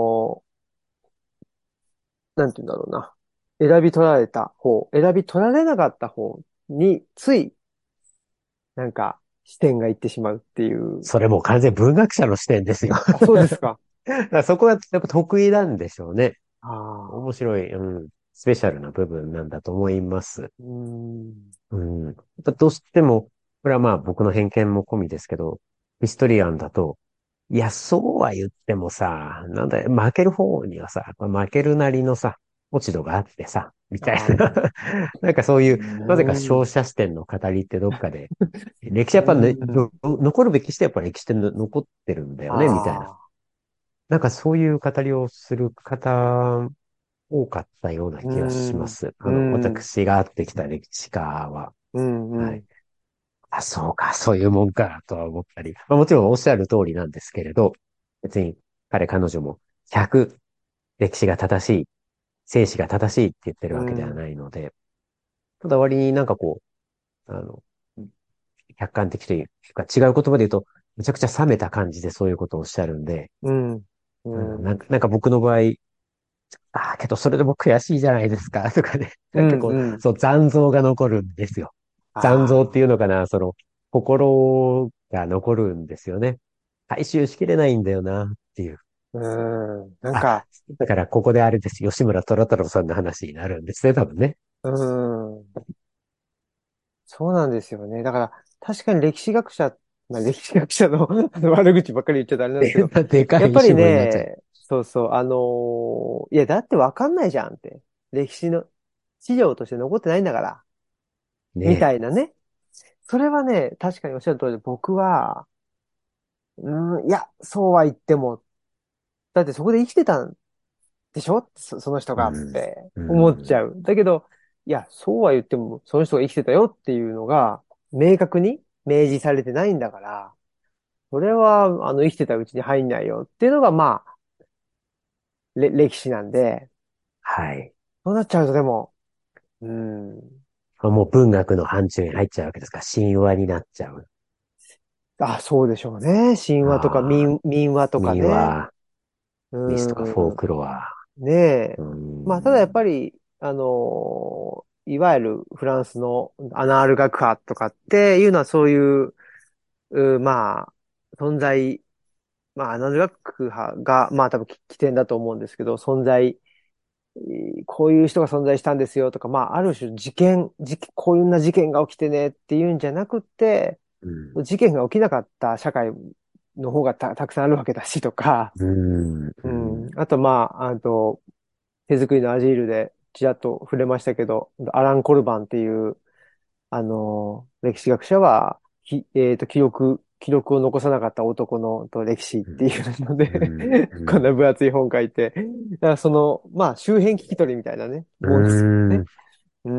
なんて言うんだろうな。選び取られた方、選び取られなかった方に、つい、なんか、視点がいってしまうっていう。 それもう完全文学者の視点ですよ。 あ、そうですか。 だからそこがやっぱ得意なんでしょうね。 ああ、 面白い、スペシャルな部分なんだと思います。 うーん、 うん。やっぱどうしても、これはまあ僕の偏見も込みですけど、ヒストリアンだと、いや、そうは言ってもさ、なんだよ、負ける方にはさ、負けるなりのさ、落ち度があってさ、みたいああ、 な。なんかそういう、 うなぜかーん、 勝者視点の語りってどっかで、歴史うやっぱね、 ーん、 残るべきしてやっぱ歴史って残ってるんだよね、みたいな。 ああ、 なんかそういう語りをする方、多かったようなうー気がしまん、 す。 うーん、 私が会ってきた歴史家は。 うん、うはい。 ん、 あ、そうか、そういうもんか、とは思ったり。まあ、もちろんおっしゃる通りなんですけれど、別に彼女も100歴史が正しい、生死が正しいって言ってるわけではうん、 ないので、ただ割になんかこう、客観的というか違う言葉で言うと、めちゃくちゃ冷めた感じでそういうことをおっしゃるんで、 うん、 うん、 うん、 なんか僕の場合、ああ、けどそれでも悔しいじゃないですか、とかね。 うん、 なんかこう、 うん、 そう、残像が残るんですよ。残像ってああ、 いうのかな、心が残るんですよね。回収しきれないんだよな、っていう。 うーん、なんあ、 か、 だからここであれです。吉村虎太郎さんの話になるんですね、多分ね。 うーん、そうなんですよね。だから、確かに歴史学者、まあ、歴史学者の悪口ばっかり言っちゃダメなんですけど、 でかいやっぱり主語になっちゃう。 ね、そうそう、いや、だってわかんないじゃんって。歴史の資料として残ってないんだから、みたねいなね。それはね、確かにおっしゃる通りで、僕は、いや、そうは言っても、だってそこで生きてたんでしょその人え。うがっん。 てう思っちん。 ゃう。だけど、いや、そうは言っても、その人が生きてたよっていうのが、明確に明示されてないんだから、それは、生きてたうちに入んないよっていうのが、まあ、歴史なんで、 はい。 そうなっちゃうとでも、うん、 もう文学の範疇に入っちゃうわけですか。神話になっちゃう。 あ、そうでしょうね。神話とかああ、 民話とかね。 民話、 うミスとかフォーん、 クロア。 ねえ。 うまあ、ただやっん。 ぱり、いわゆるフランスのアナール学派とかっていうのはそういう、まあ、存在、まあ、アナール学派が、まあ多分起点だと思うんですけど、こういう人が存在したんですよとか、まあ、ある種こういうな事件が起きてねっていうんじゃなくて、 うん。 事件が起きなかった社会の方がたくさんあるわけだしとか、 うん。 ううん。 ん。あと、まあ、手作りのアジールでちらっと触れましたけど、アラン・コルバンっていう、歴史学者は、記録を残さなかった男の歴史っていうのうでん。 こんなうん。 分厚い本書いて、だからまあ、周辺聞き取りみたいなね、 うもんですよね。 ん。 うん。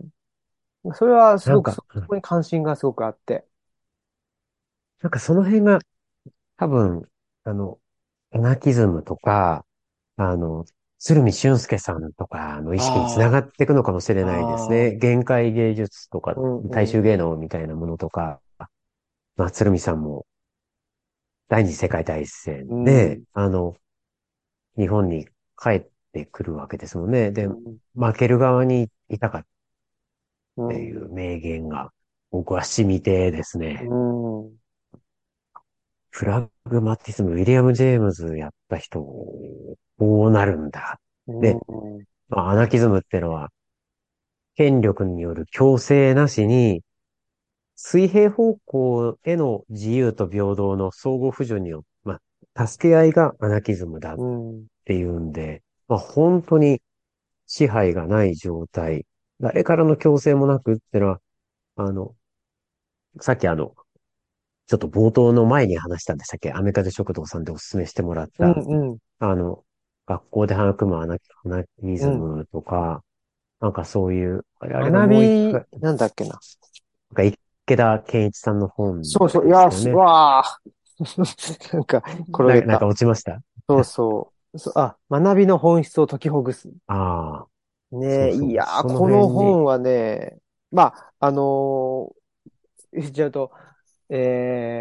それはすごく、 なんか、 そこに関心がすごくあって。 なんかその辺が多分、あの、アナキズムとか、あの、鶴見俊介さんとかの意識につながあっていくのかもしれあ、 ないですああ、 ね。限界芸術とか、 うん大衆芸うん能みたいなものとか、まあ、鶴見さんも第二次世界大戦うん。うで、 ん。 日本に帰ってくるわけですもんね。で、 うん負ける側にいたかっうていうん。 名言が僕は染みてですね。 うん。 フラグマティズム、ウィリアム・ジェームズやった人、こうなるんだ。 うで、 ん。 まあ、アナキズムってのは、権力による強制なしに、水平方向への自由と平等の相互扶助によって、まあ、助け合いがアナキズムだっうん。 ていうんで、まあ、本当に支配がない状態、誰からの強制もなくってのは、あの、さっきちょっと冒頭の前に話したんでしたっけ、アメカジ食堂さんでお勧めしてもらっうん。 た、 うん。 あの、学校で育むアナキうん。 ズムとか、なんかそういう、あれが学もう一回、 び、なんだっけな。 なんか池田健一さんの本そうそう、いや、 ですよね。 わあ。なんか、転げた。 なんか落ちました。 そうそう。学びの本質を解きほぐす。 ああ、そねえ、 うそう、 いやー、 そのこの辺に、 本はね、まあ、言っちゃうと、え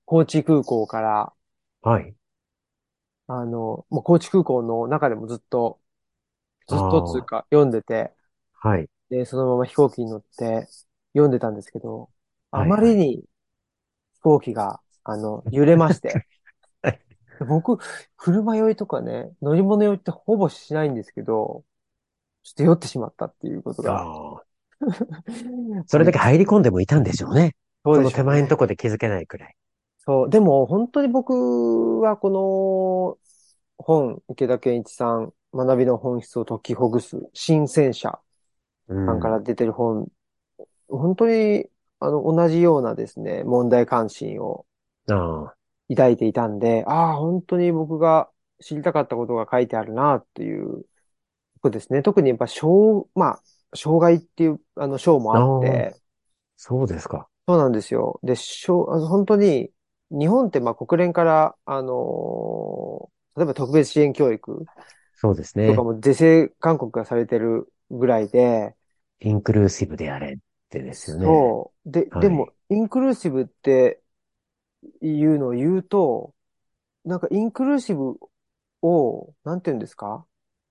高知空港から、 はい。 もう高知空港の中でもあずっとつうあ、 か読んでて、 はい。 で、そのまま飛行機に乗って読んでたんですけど、あはい、はい。 まりに飛行機が、揺れまして、 はい。 僕、車酔いとかね、乗り物酔いってほぼしないんですけど、ちょっと酔ってしまったっていうことあがあ、それだけありました。 入り込んでもいたんでしょうね。 そうでその手前のとしょうね。 こで気づけないくらい。 そう。でも、本当に僕はこの本、池田健一さん、学びの本質を解きほぐす、新鮮者うさんかん。 ら出てる本、本当に、同じようなですね、問題関心をああ、 抱いていたんで、ああ、本当に僕が知りたかったことが書いてあるな、っていうことですね。特にやっぱ、障害っていう、章もああっあ、 て、 そうですか。 そうなんですよ。で、本当に、日本ってまあ国連から、例えば特別支援教育そうですね。 とかも是正勧告がされてるぐらいで、 インクルーシブであれってですよね。 そう。ではい。 も、インクルーシブっていうのを言うと、なんかインクルーシブを、なんて言うんですか？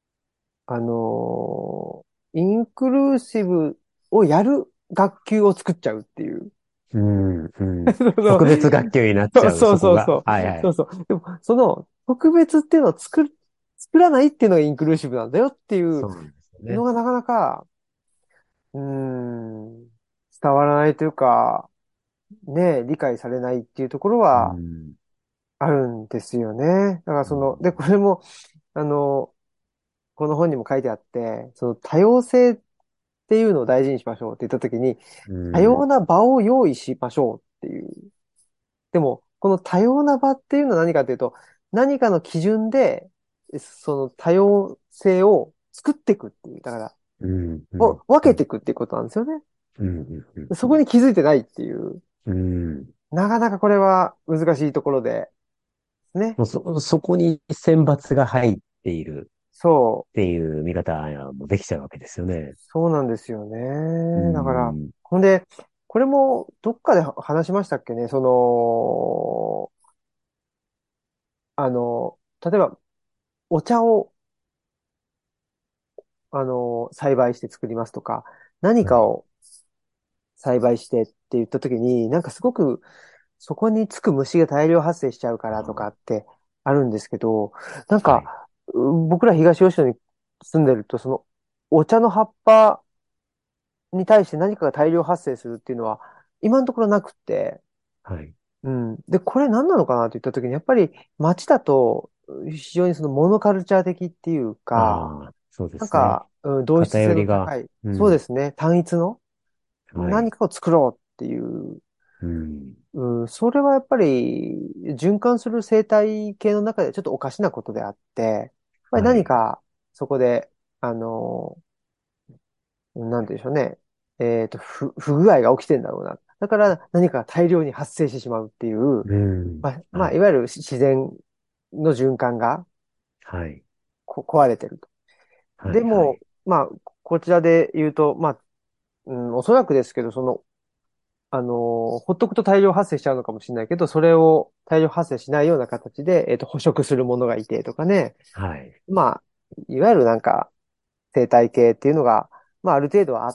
インクルーシブをやる学級を作っちゃうっていう。 うん、うん。 その特別学級になっちゃう、 そうそこが。 そうそう。 はいはい。 そうそう。でも、その、特別っていうのを作らないっていうのがインクルーシブなんだよっていうそうなんですよね。 のがなかなか、うーん、伝わらないというか、ね、理解されないっていうところうはん。 あるんですよね。だからうん。 これも、あの、この本にも書いてあって、その多様性っていうのを大事にしましょうって言ったときに、 う多ん。 様な場を用意しましょうっていう。でも、この多様な場っていうのは何かというと、何かの基準で、その多様性を作っていくっていう。だから、 うん。うん。 分うん。 けていくっていうことなんですよね。 うん。 そこに気づいてないっていう。 うん。 なかなかこれは難しいところで、ね。 もうそこに選抜が入っているそう。 っていう見方もできちゃうわけですよね。 そうなんですようね。だから、 ん。 ほんで、これもどっかで話しましたっけね。例えば、お茶を、栽培して作りますとか、何はい。 かを栽培してって言った時に、なんかすごく、そこにつく虫が大量発生しちゃうからとかあってあるんですけど、なんあ、はい。 か、僕ら東吉野に住んでると、その、お茶の葉っぱに対して何かが大量発生するっていうのは、今のところなくって、 はい。 うん。で、これ何なのかなって言った時に、やっぱり街だと、非常にそのモノカルチャー的っていうか、 ああ、そうですね。 なんか、同質性偏りが、 の高い、 うん。 そうですね、単一のはい。 何かを作ろうっていう、 うん。 それはやっぱり循環する生態系の中でちょっとおかしなことであって、やっぱりはい。 何かそこで、あの、なんて言うんでしょうね。不具合が起きてんだろうな。だから何か大量に発生してしまうっていう、 うん。 まあ、いわはい。 ゆる自然の循環がはい。 壊れてると。 はい。はでも、 い。 まあ、こちらで言うと、まあ、おそらくですけど、ほっとくと大量発生しちゃうのかもしれないけど、それを大量発生しないような形で、捕食するものがいてとかね。 はい。 まあ、いわゆるなんか生態系っていうのが、まあ、ある程度はあって、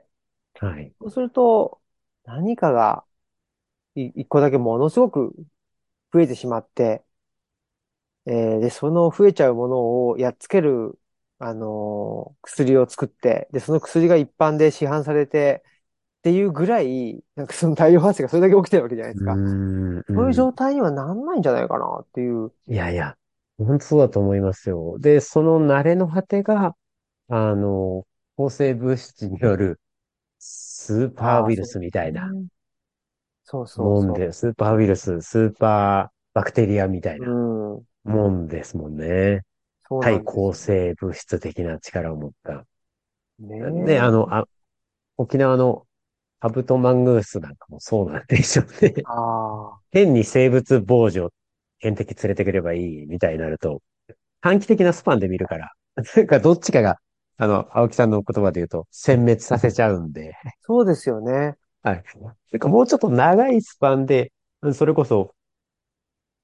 はい。 そうすると、何かが一個だけものすごく増えてしまって、で、その増えちゃうものをやっつける、薬を作って、で、その薬が一般で市販されて、っていうぐらい、なんかその大量発生がそれだけ起きてるわけじゃないでうすか。 ーん。 そういううん。 状態にはなんないんじゃないかなっていう。 いやいや、本当そうだと思いますよ。で、その慣れの果てが、抗生物質によるスーパーああ、 ウイルそうでスみたいなすね。そうそうそもんで、スーパーウイルス、スーパーバクテリアみたいう。 なうん。 もんですもんね。 そうな対んですよ抗生物質的な力を持った。 ね。 で、 ねえ。 沖縄のカブトマングースなんかもそうなんでしょうね。 ああ、 変に生物防除、天敵連れてくればいいみたいになると、短期的なスパンで見るから、なんかどっちかが、青木さんの言葉で言うと、殲滅させちゃうんで、 そうですよね。 はい。なんかもうちょっと長いスパンで、それこそ、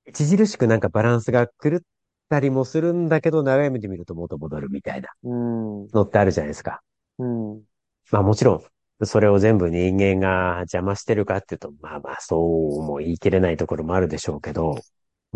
著しくなんかバランスが狂ったりもするんだけど、長い目で見ると元戻るみたいなうん、 のってあるじゃないですか。 うん。 まあもちろん、それを全部人間が邪魔してるかっていうと、まあまあそうも言い切れないところもあるでしょうけど、うん。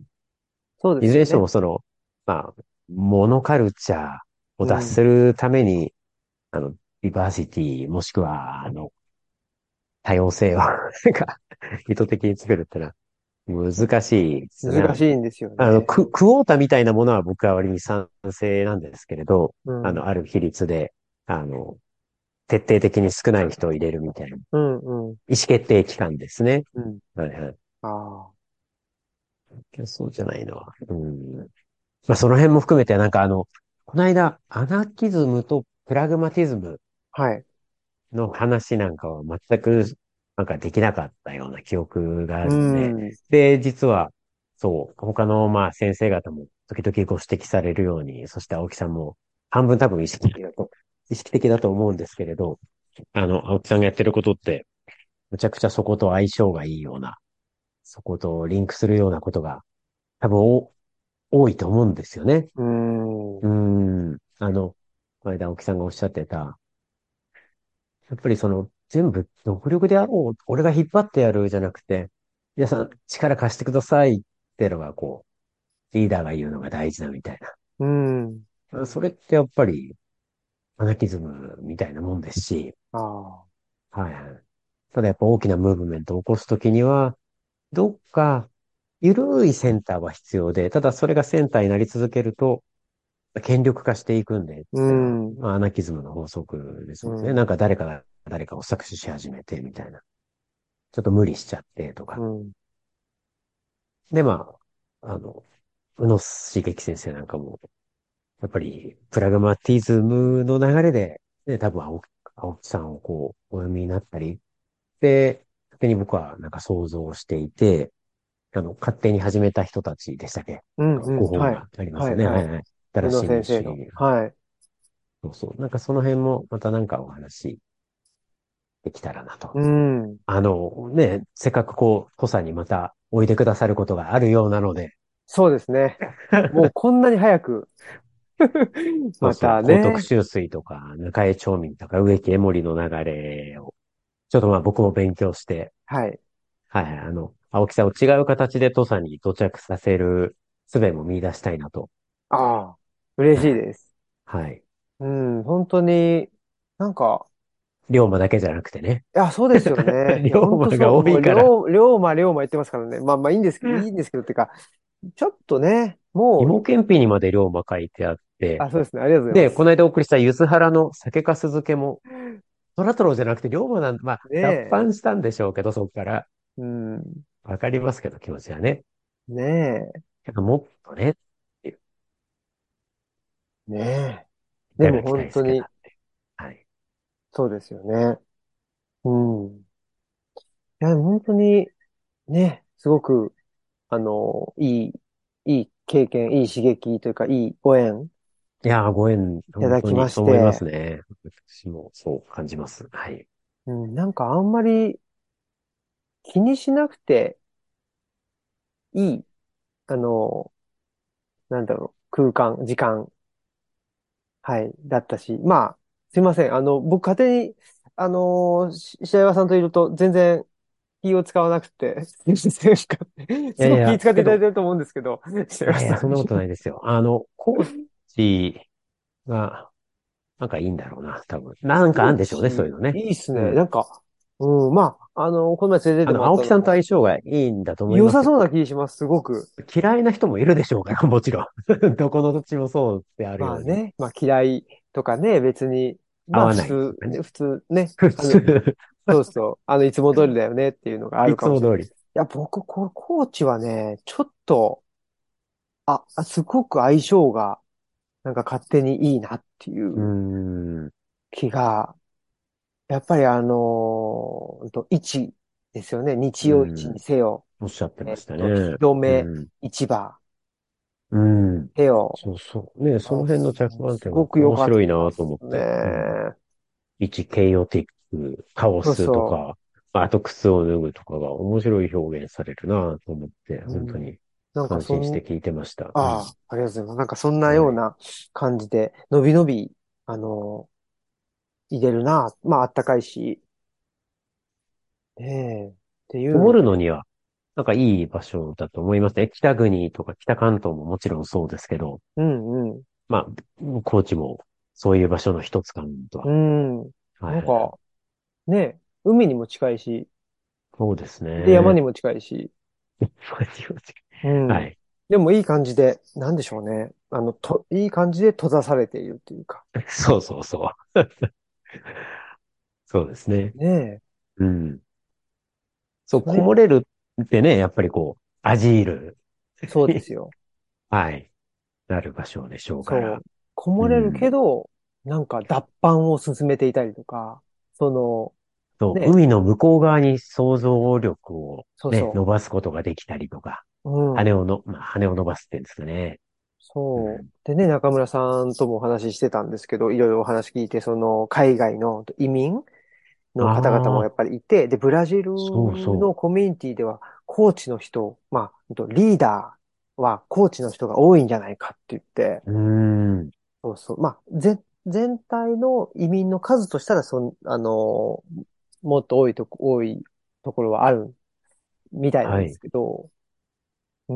そうでいずれにしてすよね。 もまあ、モノカルチャーを脱うん、 するために、ディバーシティ、もしくは、多様性をなんか、意図的に作るってのは難しいですね。 難しいんですよね。 クオータみたいなものは僕は割に賛成なんですけれど、 うん、 ある比率で、あの、徹底的に少ない人を入れるみたいな、意うん、うん、 思決定機関ですね。 うん。 はいはい。 ああ、 そうじゃないのは。うん。まあ、その辺も含めて、この間、アナキズムとプラグマティズムはい。 の話なんかは全く、なんかできなかったような記憶があうるんで、 ん、 で、実は、そう、他の、まあ、先生方も時々ご指摘されるように、そして青木さんも半分多分意識的だと思うんですけれど、青木さんがやってることって、むちゃくちゃそこと相性がいいような、そことリンクするようなことが多分多いと思うんですよね。 うん、 この間青木さんがおっしゃってた、やっぱり全部独力でやろう。俺が引っ張ってやるじゃなくて、皆さん力貸してくださいっていうのがリーダーが言うのが大事だみたいうん。 な。それってやっぱりアナキズムみたいなもんですし、 ああ、 はいはい。ただやっぱ大きなムーブメントを起こすときには、どっか緩いセンターは必要で、ただそれがセンターになり続けると、権力化していくんで、っうていうのは、 ん、 まあ、アナキズムの法則ですもんね。 うん、 なんか誰かが誰かを搾取し始めて、みたいな。ちょっと無理しちゃってとか。 うん。 で、まあ、宇野茂樹先生なんかも、やっぱり、プラグマティズムの流れで、多分青木さんをお読みになったり、で、勝手に僕はなんか想像していて、勝手に始めた人たちでしたっけ？ うん、うん。 ご本はい。 がありますはい、 よね。ははい。 いはい。 宇野新しい民先生の。 主主義。 はい。 そうそう。なんかその辺もまたなんかお話できたらなと。 うん。 せっかく土佐にまたおいでくださることがあるようなので、 そうですね。もうこんなに早くまそうそう、高徳たね。 秋水とか、中江町民とか、植木江森の流れを、ちょっとまあ僕も勉強して、 はい。 はいはい、青木さんを違う形で土佐に到着させる術も見出したいなと。 ああ、嬉しいはい。 です。 はい。 うん、本当に、なんか、 龍馬だけじゃなくてね。 いや、そうですよね。い龍や、本当馬がそう。もう、 多いから、 龍馬言ってますからね。まあまあいいんですけど、いいんですけど、ってか、ちょっとね、もう、 芋けんぴにまで龍馬書いてあって、 あ、そうですね。ありがとうございまで、こす。 の間お送りした梼原の酒粕漬けも、トラトロじゃなくて龍馬なん、まあ、脱ねえ。 藩したんでしょうけど、そこから。 うん。 わかりますけど、気持ちはね。 ねえ。 けどもっとね、っていう、 ねえ。 いでもただきたいです本当に、 けどっていう。はい。 そうですよね。うん。いや、本当に、ね、すごく、いい経験、いい刺激というか、いいご縁いやー、ご縁、 いた本当だきましにそう思いますて、 ね。私もそう感じます。はい。 うん、なんかあんまり気にしなくていい、あの、なんだろう、空間、時間、はい、だったし、まあ、すいません。僕勝手に、白岩さんといると全然気を使わなくて、すごく気いやいや、けど、 使っていただいてると思うんですけど、白岩いやいや、そんなことさんに。 ないですよ。コーチが、なんかいいんだろうな、多分。なんかあコーんでしょうね、そういうチ、 のね。 いいっすね。 うん。 なんか、うん、まあ、この前連れてってもらっ青木さんとたのも、 相性がいいんだと思いますよ。 良さそうな気します、すごく。 嫌いな人もいるでしょうから、もちろん。どこの土地もそうであるように。 まあね、まあ嫌いとかね、別に、まあ合わないとかね。 普通ね、 普通。 そうそう、いつも通りだよねっていうのがあいるかもしれない。いつも通り。 や、僕、コーチはね、ちょっと、すごく相性が、なんか勝手にいいなっていうーうん。 気が、やっぱり市ですよね。日う曜市にん。 せよ、 おっしゃってましたね。 広めうん。 市場うん。 せよ、 そうそう。ね、その辺の着眼点はすごく良かっ面白いなたっすと思って。うん。 ね。 一ケイオティック、カオそうスとそか。 あと靴を脱ぐとかが面白い表現されるなと思って、 うん。 本当になんか感心して聞いてました。うん。 ああ、ありがとうございます。なんかそんなはい。 ような感じで、のびのび、入れるな。まあ、あったかいし、っていこもう。 るのには、なんかいい場所だと思いますね。北国とか北関東ももちろんそうですけど、 うんうん。 まあ、高知もそういう場所の一つかなとうは。 ん。 はいはいはい。 なんか、ね、海にも近いし、 そうですで、山にね。 も近いし、うはん。 い。 でもいい感じで、なんでしょうね。いい感じで閉ざされているというか。 そうそうそう。そうですね。 ねえ。 うん。そう、 それ、 こもれるってね、やっぱりこう、アジールそうですよ。 はい。なる場所でしょうから。 そう。こもれるうん。 けど、なんか脱藩を進めていたりとか、その、 そう、 ね、 海の向こう側に想像力をね、 そうそ伸ばすことができたりとか、 う。うん。 まあ、羽を伸ばすって言うんですかね。うそう。 ん。 でね、中村さんともお話ししてたんですけど、いろいろお話聞いて、海外の移民の方々もああ、 やっぱりいて、で、ブラジルそうそのコミュニティでは、コーチの人、まあ、リーダーはコーチの人が多いんじゃないかって言って、 う。うーん。 そうそう。まあ、全体の移民の数としたら、もっと多いところはあるみたいなんですはい。 けど、うん、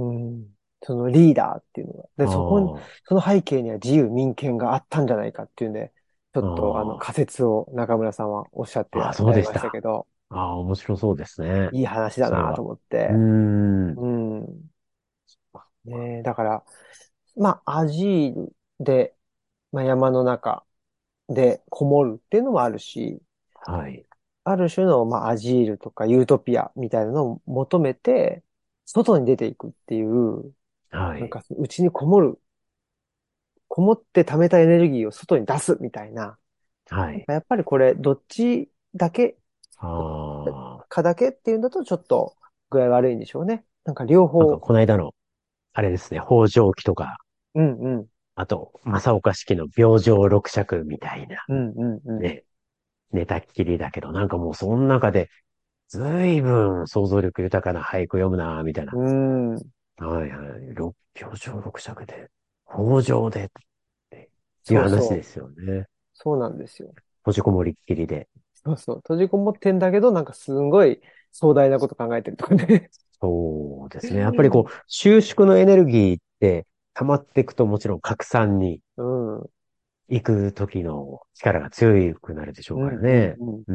そのリーダーっていうのが。で、 あその背景には自由民権があったんじゃないかっていうんで、ちょっとあ、 仮説を中村さんはおっしゃってああ、そうられましたでした。 けど、 ああ、面白そうですね。 いい話だそれは。 なと思っうーて。 ん。 うん。ねえ、だから、まあ、アジールで、まあ、山の中でこもるっていうのもあるし、 はい。 ある種の、まあ、アジールとかユートピアみたいなのを求めて、外に出ていくっていう、 はい。 なんか、うちにこもって貯めたエネルギーを外に出すみたいな。 はい。 なんかやっぱりこれ、どっちだけああ、 かだけっていうんだとちょっと具合悪いんでしょうね。なんか両なんか方、 この間の、あれですね、北条記とか、 うんうん、 あと、正岡子規の病状六尺みたいな、 うんうんうん。 ね、寝たっきりだけど、なんかもうその中で、ずいぶん想像力豊かな俳句読むな、みたいな。 うーん、 はいはい。病状六尺で、北条でっていうそうそう。 話ですよね。 そうなんですよ。 閉じこもりっきりで。 そうそう。閉じこもってんだけど、なんかすんごい壮大なこと考えてるとかね。 そうですね。やっぱりこう、収縮のエネルギーって溜まっていくともちろん拡散にうん、うん、 行く時の力が強くなるでしょううん、 からね。 うん。 うん。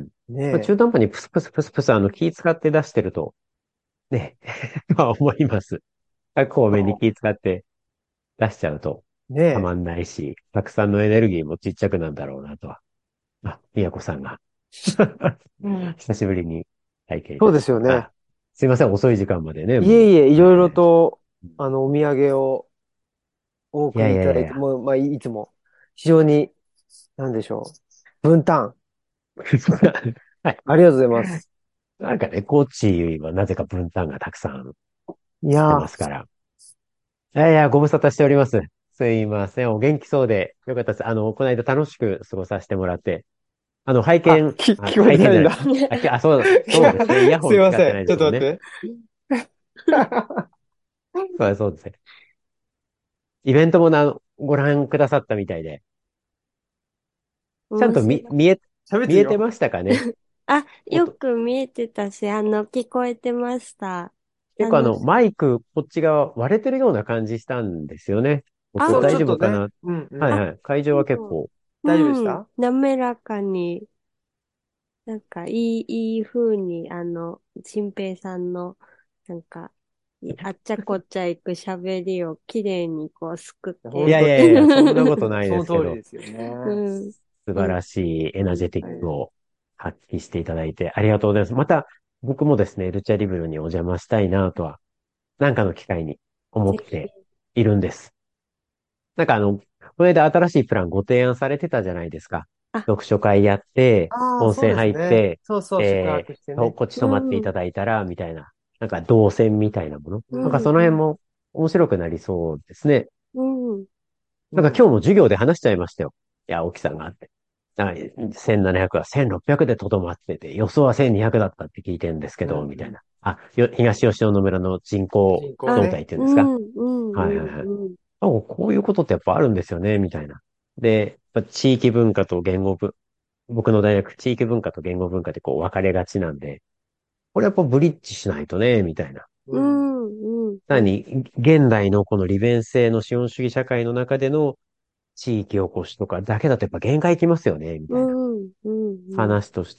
まあ、 ね中途半端にプスプスプスプス気使って出してると、ね、まあ思います。各方え。 面にそ気使って出しちゃうとう。ねえ。 たまんないし、拡散のエネルギーもちっちゃくなんだろうなとは。あ、宮子さんが久しぶりに体験いそうたしました。 ですよね。 あ、すいません、遅い時間までね、もう。 いえいえ、いろいろはい。 と、お土産をおいや送りいただいて、 いやいやいや。 もう、まあ、いつも、非常に、なんでしょう。分担。 はい。 ありがとうございます。 なんかね、高知はなぜか分担がたくさんしていやー、 ますから。いやいや、ご無沙汰しております。すいません。お元気そうでよかったです。この間楽しく過ごさせてもらって、 聞こえてないんだ。 拝見じゃない。そうですね。イヤホすン使ってないません。ちょっいですもんね。 と待って。 そうですね。イベントもご覧くださったみたいで、ちゃんと面白い。 見えて喋ってるよ。 ましたかね。 あ、よ音、 く見えてたし、聞こえてました。 結構楽し、 マイク、こっち側割れてるような感じしたんですよね。音あ、 そう、ち大ょっとね。 丈夫かな。 うんうん。 あ、 はいはい。会場は結構。 大丈夫でしうん、 た？ 滑らかに、いい風に、新平さんの、なんか、あっちゃこっちゃ行く喋りをきれいにこう、すくって。 い本当に。 やいやいや、そんなことないそのですけど、 通りですようね。 ん、 素晴うん、 らしいエナジェティックはを発揮していただいてありがとうございます。また、僕もですね、ルチャリブロにお邪魔したいなとは、なんかの機会に思っぜひ。 ているんです。なんかこの間新しいプランご提案されてたじゃないですか。 あ、 読書会やって、 ああ、そう温泉入っですね。 て、 そうそう、宿泊してね。 こっち泊まっていうん、 ただいたら、みたいな。なんか動線みたいなもの。なんかうん。 その辺も面白くなりそうですね。 うん。 なんかうん。 今日も授業で話しちゃいましたよ。いや、沖さんがあって。 1700は1600でとどまってて、予想は1200だったって聞いてるんですけど、 うんみたいな。東吉野村の人口動あ、 人口ね。 態っていうんですか？ うん、うん、 はいはいはい。 うん、 こういうことってやっぱあるんですよね、みたいな。で、やっぱ地域文化と言語文、僕の大学、地域文化と言語文化でこう分かれがちなんで、これやっぱブリッジしないとね、みたいな。 うん。 うん、うん、うん、 さらに、現代のこの利便性の資本主義社会の中での地域おこしとかだけだとやっぱ限界きますよね、みうたいなん、うん、 話として、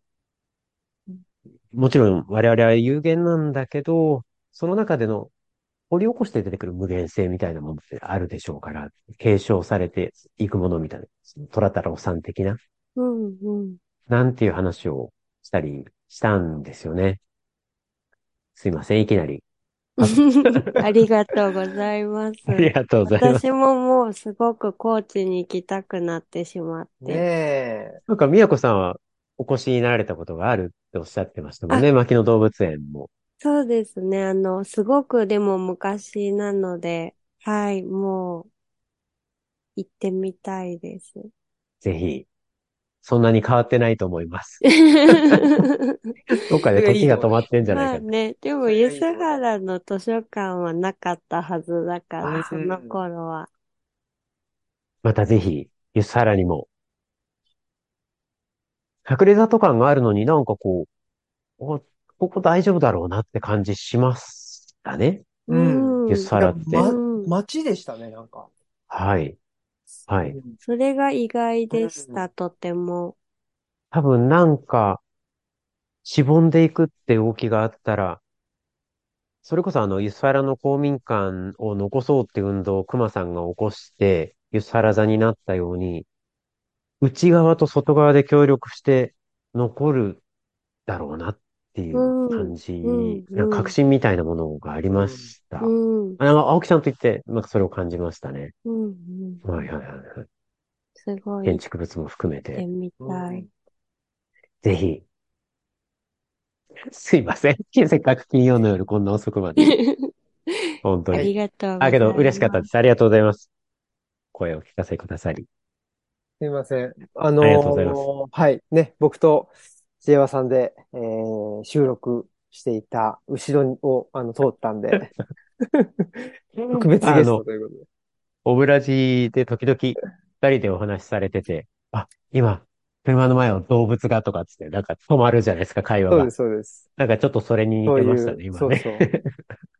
もちろん我々は有限なんだけど、その中での掘り起こして出てくる無限性みたいなものってあるでしょうから、継承されていくものみたいな、虎太郎さん的な、 うん、うん。 なんていう話をしたりしたんですよね。すいません、いきなり。 ありがとうございまありす。 がとうございます。 私ももうすごく高知に行きたくなってしまっねて。 え。 なんか、宮子さんはお越しになられたことがあるっておっしゃってましたもんあ、 ね。牧野動物園も。 そうですね。すごくでも昔なので、はい、もう行ってみたいです。 ぜひ、そんなに変わってないと思います。どっかでそれがいい時が止まっと思います。 てんじゃないかって。 まあね、でも、 それがい梼いと思います。 原の図書館はなかったはずだから、そのうん。 頃は。 またぜひ、ゆすはらにも、隠れ里感があるのになんかここ大丈夫だろうなって感じしますかね。 うん。 ゆうん、 すはらって。 うん。 街でしたね、なんか。 はい。はい。 うん。 それが意外うでしん。 た、とても。 多分なんか、しぼんでいくって動きがあったら、それこそユスハラの公民館を残そうって運動を熊さんが起こして、ユスハラ座になったように、内側と外側で協力して残るだろうなっていううん、 感うん、 じ、なんかうん、 確信みたいなものがありまうん。 した。 うん、うん、 なんか青木さんと言って、なんかそれを感じましたね。 うん。 はいはいはいはい。 すごい行っ建築物も含めて。 てみうん。 たい。 ぜひ、すいません。せっかく金曜の夜こんな遅くまで。本当あに。 りがとうけどございます。 嬉しかったです。ありがとうございます。声を聞かせくださり。 すいません。 ありがとうございます。 はい。ね、僕と j 和さんで、収録していた後ろを、通ったんで、特別ゲストということで。 オブラジで時々二人でお話しされてて、今、車の前を動物がとかっつって、なんか止まるじゃないですか、会話が。 そうです、そうです。 なんかちょっとそれに似てましたね、 そういう、 今ね。 そうそう。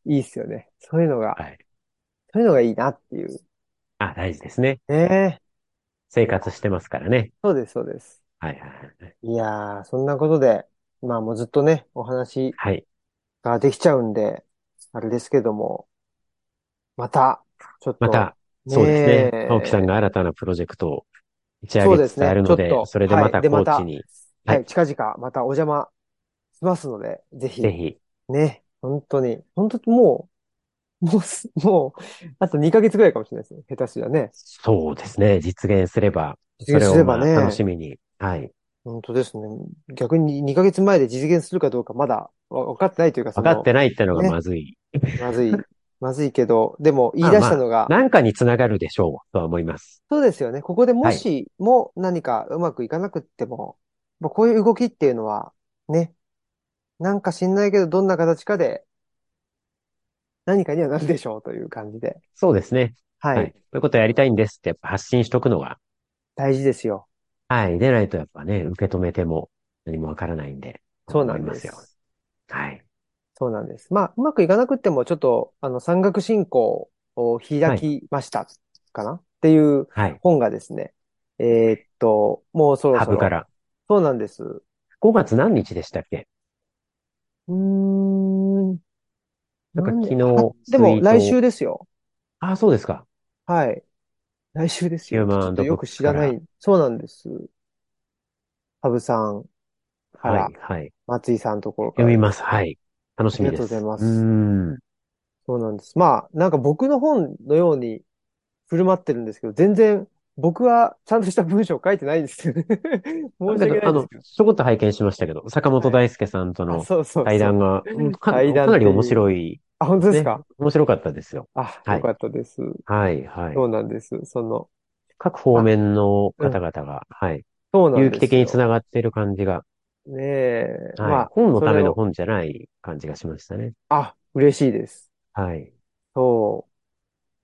いいっすよね。そういうのが、 はい。 そういうのがいいなっていう。 大事ですね。 ね。 生活してますからね。 そうです、そうです。 はいはいはい。 いやー、そんなことで、まあもうずっとね、お話はい。 ができちゃうんで、あれですけども、また、ちょっと、 また、 ねそうですね。青木さんがえ、 新たなプロジェクトを打ち上げつつあそうですね、 るので、 ちょっと、はい。 それでまたで、また、 コーチに、ははい、 い。 近々またお邪魔しますので、ぜひ、 ぜひ、 ね、本当に、本当にもう、あと2ヶ月ぐらいかもしれないですね。下手すりゃね。 そうですね。実現すれば、それ実現すればをまあ楽ね、 しみに。はい。 本当ですね。逆に2ヶ月前で実現するかどうかまだ分かってないというか、 分かってないってのがね、 まずい。 まずい、まずいけど、でも言い出まあまあ、 したのが、 なんかにつながるでしょうとは思います。 そうですよね。ここでもはい。 しも何かうまくいかなくっても、まあこういう動きっていうのは、ね、なんか知んないけど、どんな形かで何かにはなるでしょうという感じで。 そうですね。 はい。 はい。こういうことやりたいんですってやっぱ発信しとくのが、 大事ですよ。 はい。でないとやっぱね、受け止めても何もわからないんで、とそうな思いますよ。 んです。 はい。 そうなんです。まあ、うまくいかなくっても、ちょっと、山岳信仰を開はい。 きましたかなっていうはい。 本がですね、もうそろそろ。 ハブから。 そうなんです。う 5月何日でしたっけ？ ーん、 なんか昨は、 日でも来ツイートを、 週ですよ。 そうですか。 はい。来週ですよ。ちょヒューマンブッっとよくクスから。 知らない。そうなんです。ハブさんかはい。 ら、 はい。 松井さんのところからです。 読みます。はい。楽あしりがとうございみです。うーます。 ん。 そうなんです。まあ、なんか僕の本のように振る舞ってるんですけど、全然僕はちゃんとした文章を書いてないんですよね。申しだけど、 訳ないんですけど。 ちょこっと拝見しましたけど、坂本はい。 大輔さんとあ、 のそうそうそう。 対談が、 対談かなり面っていう。 白いあ、本ですね。 当ですか？ 面白かったですよ。 あ、よはい。 かったです。 はい、はい。 そうなんです。 各方あ、 面のうん。 方々が、はい。 そうなん有機的につですよ。 ながってる感じが、 ねえ。 はい。 まあ、 本のためのそれを、 本じゃない感じがしましたね。 嬉しいです。 はい。 そう。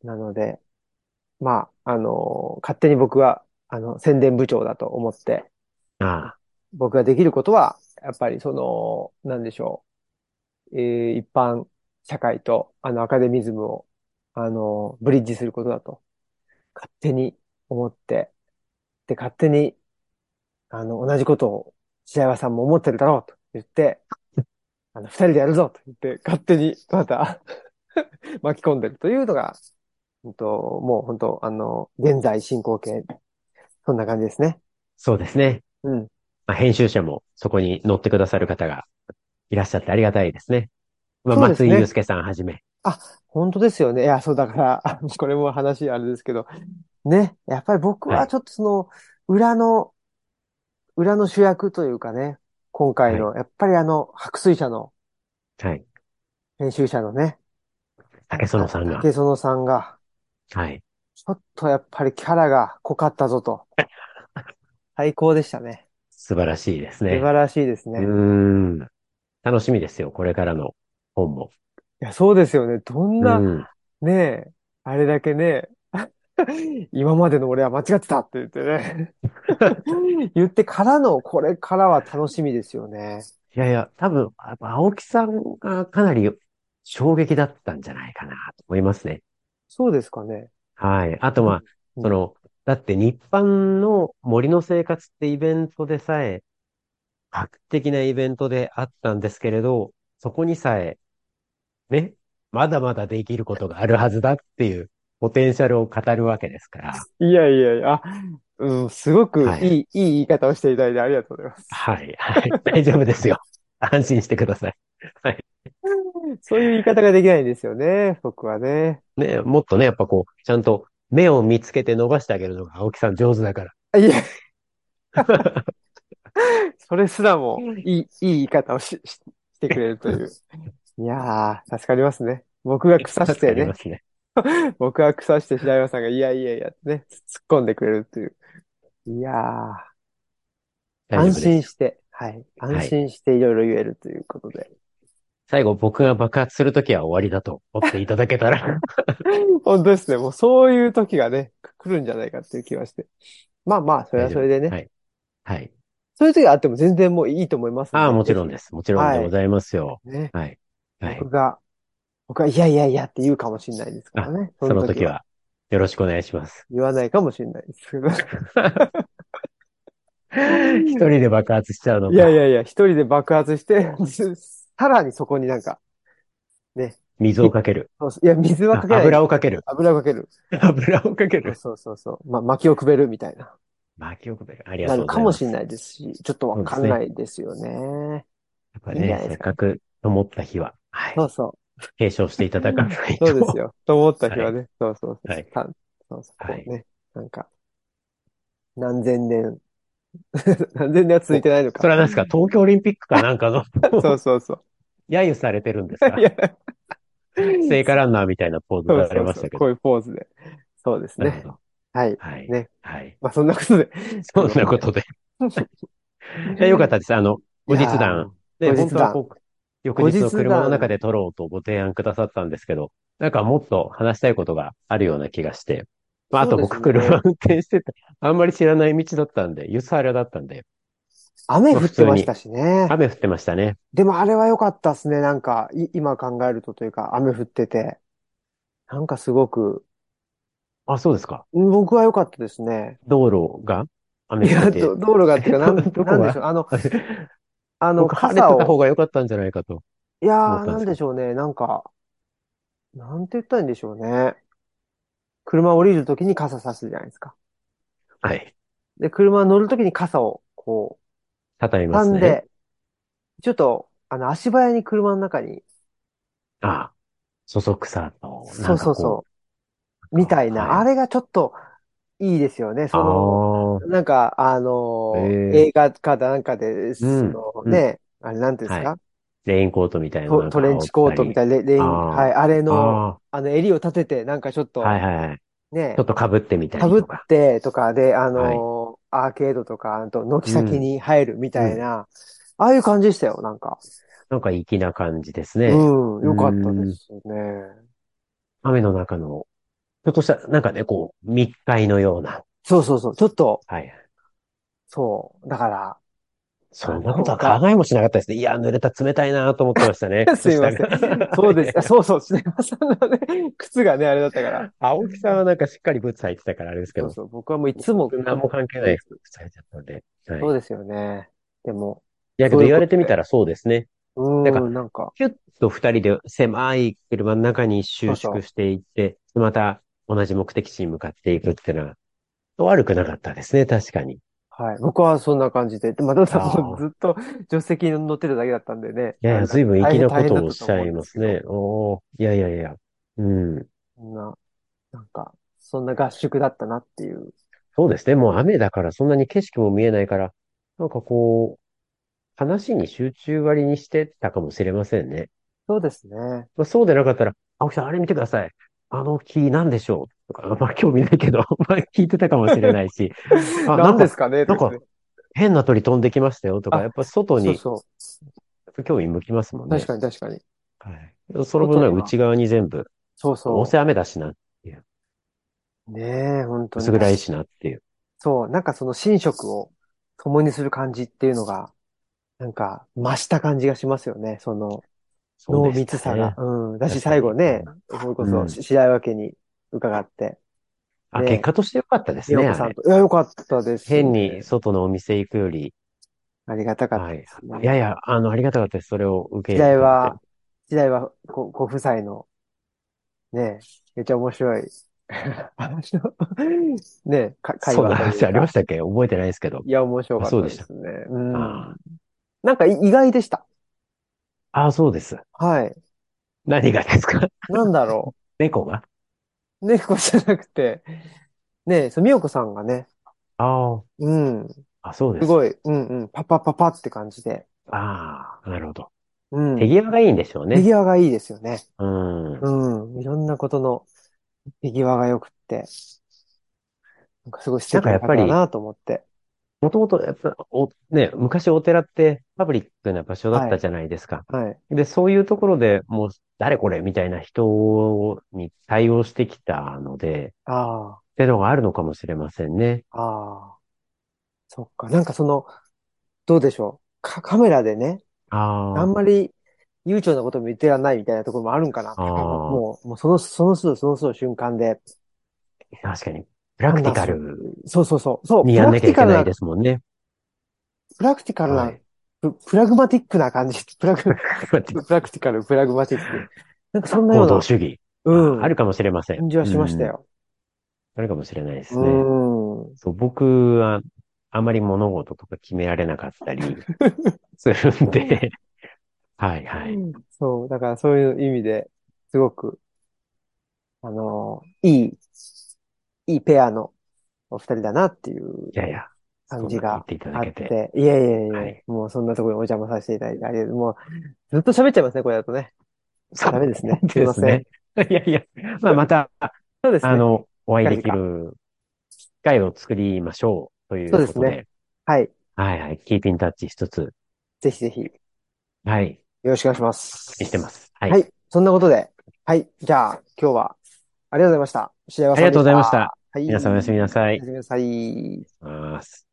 なので、まあ、勝手に僕は、宣伝部長だと思って、 あ僕ができることは、やっぱりなんでしょう。一般社会と、アカデミズムを、ブリッジすることだと、勝手に思って、で、勝手に、同じことを、白岩さんも思ってるだろうと言って、二人でやるぞと言って、勝手にまた巻き込んでるというのが、もう本当、現在進行形、そんな感じですね。 そうですね。 うん。 まあ、編集者もそこに乗ってくださる方がいらっしゃってありがたいですね。まあ、松そうですね。 井祐介さんはじめ。 あ、本当ですよね。いや、そうだから、これも話あれですけど、ね、やっぱり僕はい。 はちょっと裏の、裏の主役というかね、今回はい。 の、やっぱり白水社のはい。 編集者のね、 竹園さんが。 竹園さんが、 はい。 ちょっとやっぱりキャラが濃かったぞと。最高でしたね。 素晴らしいですね。 素晴らしいですうーね。 ん。楽しみですよ。これからの本も。 いや、そうですよね。どんうな、 ん。 ねえ、あれだけね、今までの俺は間違ってたって言ってね。言ってからの、これからは楽しみですよね。 いやいや、多分、やっぱ青木さんがかなり衝撃だったんじゃないかなと思いますね。 そうですかね。 はい。あと、まあ、 うん。うん。 だって日版の森の生活ってイベントでさえ、画期的なイベントであったんですけれど、そこにさえ、ね、まだまだできることがあるはずだっていうポテンシャルを語るわけですから。 いやいやいや、うん、すごくはい。 いい言い方をしていただいてありがとうございます。 はい。はい。大丈夫ですよ。安心してください。はい。 そういう言い方ができないんですよね、僕はね。 ね、もっとね、やっぱこう、ちゃんと目を見つけて伸ばしてあげるのが青木さん上手だから。 いや、それすらもいい言い方をしてくれるという。いやー、助かりますね。僕が腐し助かてね、 りますね。 僕が腐して白岩さんがいやいやいやってね、突っ込んでくれるという。いやー、 大安丈夫ですよ。 心して、はい。安はい。 心していろいろ言えるということで。 最後僕が爆発するときは終わりだと思っていただけたら。 本当ですね。もうそういう時がね、来るんじゃないかっていう気がして。まあまあ、それ大丈夫。 はそれでね。 はい。はい。 そういう時があっても全然もういいと思いますんああ、 で、ぜひ。 もちろんです。もちろんではい。 ございますよ。 ね。 はい。はい。 僕が、僕はいやいやいやって言うかもしれないですからあ、 ね。そその時は。 の時はよろしくお願いします。 言わないかもしれないですけど。 一人で爆発しちゃうのか。 いやいやいや、一人で爆発して、さらにそこになんか、ね、 水をかける。 いや、水はかあ、 けない。 油をかける。 油をかける。 油をかける。 そうそうそうそう。薪をくべるみたいな。 巻きをくべる。ありがなとうごるかもしれなざいます。 いですし、ちょっとわかんなそうですね。 いですよね。いいんじゃやっぱね、せっないですかね。 かくと思った日は、はい。 そうそう。 継承していただかないと。 そうですよ。と思った日はい。 はね。そうそうそう。 はい。 そうそう。 はい。 こうね。なんか、何千年、何千年は続いお、 てないのか。 それは何ですか？東京オリンピックかなんかのそうそうそう。 揶揄されてるんですいか？ や、 聖火ランナーみたいなポーズそうされそうそう。 ましたけど。 こういうポーズで。そうですね。 なるほど。 はい。 はい。 ね。 はい。 まあ、そんなことで、 そんなことで。いや、よかったです。 い後日談。 やー、 ね、 後日談。 本当はこう、翌後日の日談。 車の中で撮ろうとご提案くださったんですけど、なんかもっと話したいことがあるような気がして。まあ、あそうですと僕車ね。 運転してて、あんまり知らない道だったんで、ユスハラだったんで、まあ雨降普通に、 ってましたしね。 雨降ってましたね。 でもあれは良かったですね。なんか、今考えるとというか、雨降ってて。なんかすごく、 あ、そうですか。 僕は良かったですね。 道路が雨いや、 降ってて、 道路がっていうか、 どこがなんでしょう。 僕晴れてた傘を、 方が良かったんじゃないかといやー、なん思ったんですけど。 でしょうね。なんか、なんて言ったらいいんでしょうね。車降りるときに傘さすじゃないですか。 はい。 で、車乗るときに傘を、こ畳みう、 ますね。 挟んで、ちょっと、足早に車の中に、 ああ、そそくさと、なそうんかこそうそう、 う、 みたいな。あはい。 れがちょっといいですよね。 ああ、 なんか、 ええ、 映画かなんかで、 うん、うん、 あれなんていうんですはい。 か？ レインコートみたいなのなんかトレンチ煽ったり。 コートみたいな、はい、 ああれあ、 の、 ああ、 襟を立てて、なんかちょっと、 はいはいはい。 ね、 ちょっと被ってみた被っりとか。 てとかで、 はい。 アーケードとか、あと、軒うん。 先に入るみうん。 たいな、ああいう感じでしたよ、なんか。 なんか粋な感じですね。 うん、 うよかったでん。 すね。 雨の中の、ちょっとした、なんかね、こう、密会のような。 そうそうそう。ちょっと、 はい。 そう。だから、 そんなことは考えもしなかったですね。いや、濡れた冷たいなと思ってましたね、 す靴下が。 いません。そうです。あそうそう。篠山さんのね、靴がね、あれだったから。 青木さんはなんかしっかりブーツ履いてたからあれですけど、 そうそう。僕はもういつも何も関係ないブーツ。 靴履いちゃったので。はい。 そうですよね。でも、 いやけどそういう言わことで。 れてみたらそうですね。なんか、 なんか、 キュッと二人で狭い車の中に収縮そうそしていって、また同じ目的地に向かっていくっていうのは、悪くなかったですね、確かに。 う。はい。僕はそんな感じで。で、まただもうああ。 ずっと助手席に乗ってただけだったんでね。 いやいや、随分粋なこ大変だったととをおっしゃ思うんですけど。 いますね。おー、いやいやいや。うん。 そんな、なんか、そんな合宿だったなっていう。 そうですね。もう雨だからそんなに景色も見えないから、なんかこう、話に集中割りにしてたかもしれませんね。 そうですね。 まあ、そうでなかったら、青木さん、あれ見てください。あの木なんでしょうとか、まあ興味ないけど、まあ聞いてたかもしれないし、あ、 何ですかねとなんかか言って。 変な鳥飛んできましたよとか、やあ、 っぱ外にそうそ興味向きますもんう。確ね。 かに確かに。 はい。その分外には、 内側に全部、 そうどうせそ雨だしなっていう、 う。ねえ、本当に。 薄暗いしなっていう。 そう、なんかその寝食を共にする感じっていうのが、なんか増した感じがしますよね。その濃そうでした密さが。 ね。 うん。だし確かに。 最後ね、それこそうん。 白岩家に伺って、 あ、結ね、 果としてよかったですね、あれ。 美代子さんと。いや、よかったです変にね。 外のお店行くより、 ありがたかったではい。 すね。 いやいや、ありがたかったです。それを受け時入れてくれて。 代は、時代はご夫妻のね、めっちゃ面白い話のね、会話そんな話ありまというか、 したっけ覚えてないですけど。 いや、面白あ、 かっそうでした。 たですね。うん。 あなんか意外でした。 そうです。 はい。 何がですか？ なんだろ猫が。 う。猫じゃなくて、ね、美代子さんがね、 あうん。 そうですか。 すごい、うんうん、パパパパって感じで、 なるほど。 うん。 手際がいいんでしょうね。 手際がいいですよね。 うん。 うん。いろんなことの手際が良くって、なんかすごい素なんか敵なやっぱり、 方だなと思って。 もともと、やっぱ、昔お寺ってパブリックな場所だっはい。 たじゃないですか。 はい。 で、そういうところでもう、誰これみたいな人に対応してきたので、 あっていうのがあるのかもしれませんね。 あ、ああ、そっか。なんかどうでしょう。カメラでね、あんあまり悠長なことも言ってらんないみたいなところもあるんかなあ、 とか、 ああ、 もうその都度瞬間で確かに。プラクティ判断するってカルいう。そうそうそう。そう、 にやんなきゃいけないですもんね。 プラクティカルな、 はい。 プラグマティックな感じ。プラクティカル、プラグマティック。なんかそんなよ行うな、 動主義。 うん、 あるかもしれません。 感じはしましたうん。 よ。 あるかもしれないでうすね。 ん。 そう、僕は、あまり物事とか決められなかったりするんで、はいはい。 そう、だからそういう意味ですごく、いいペアのお二人だなっていういやいや、そん感じがな言っていただあっけて。 て、いえいえいえ、 はい。 もうそんなところにお邪魔させていただいて、もうずっと喋っちゃいますね、これだとね。 そうダメですね。すいません。 ですね。いやいや、まあまた、 そうですね。 お会いでき近々。 る機会を作りましょうといそうですね。 うことで、 はい。 はいはい、キーピンタッチ一つ、 ぜひぜひ、よはい、 ろしくお願いしましてます。 す。はい。 はい。そんなことで、はい。じゃあ、今日は、ありがとうございました。白岩ありがとうごさんでした。 ざいました。 はい。 皆さんおやすみなさい。 おやすみなさい。 ます。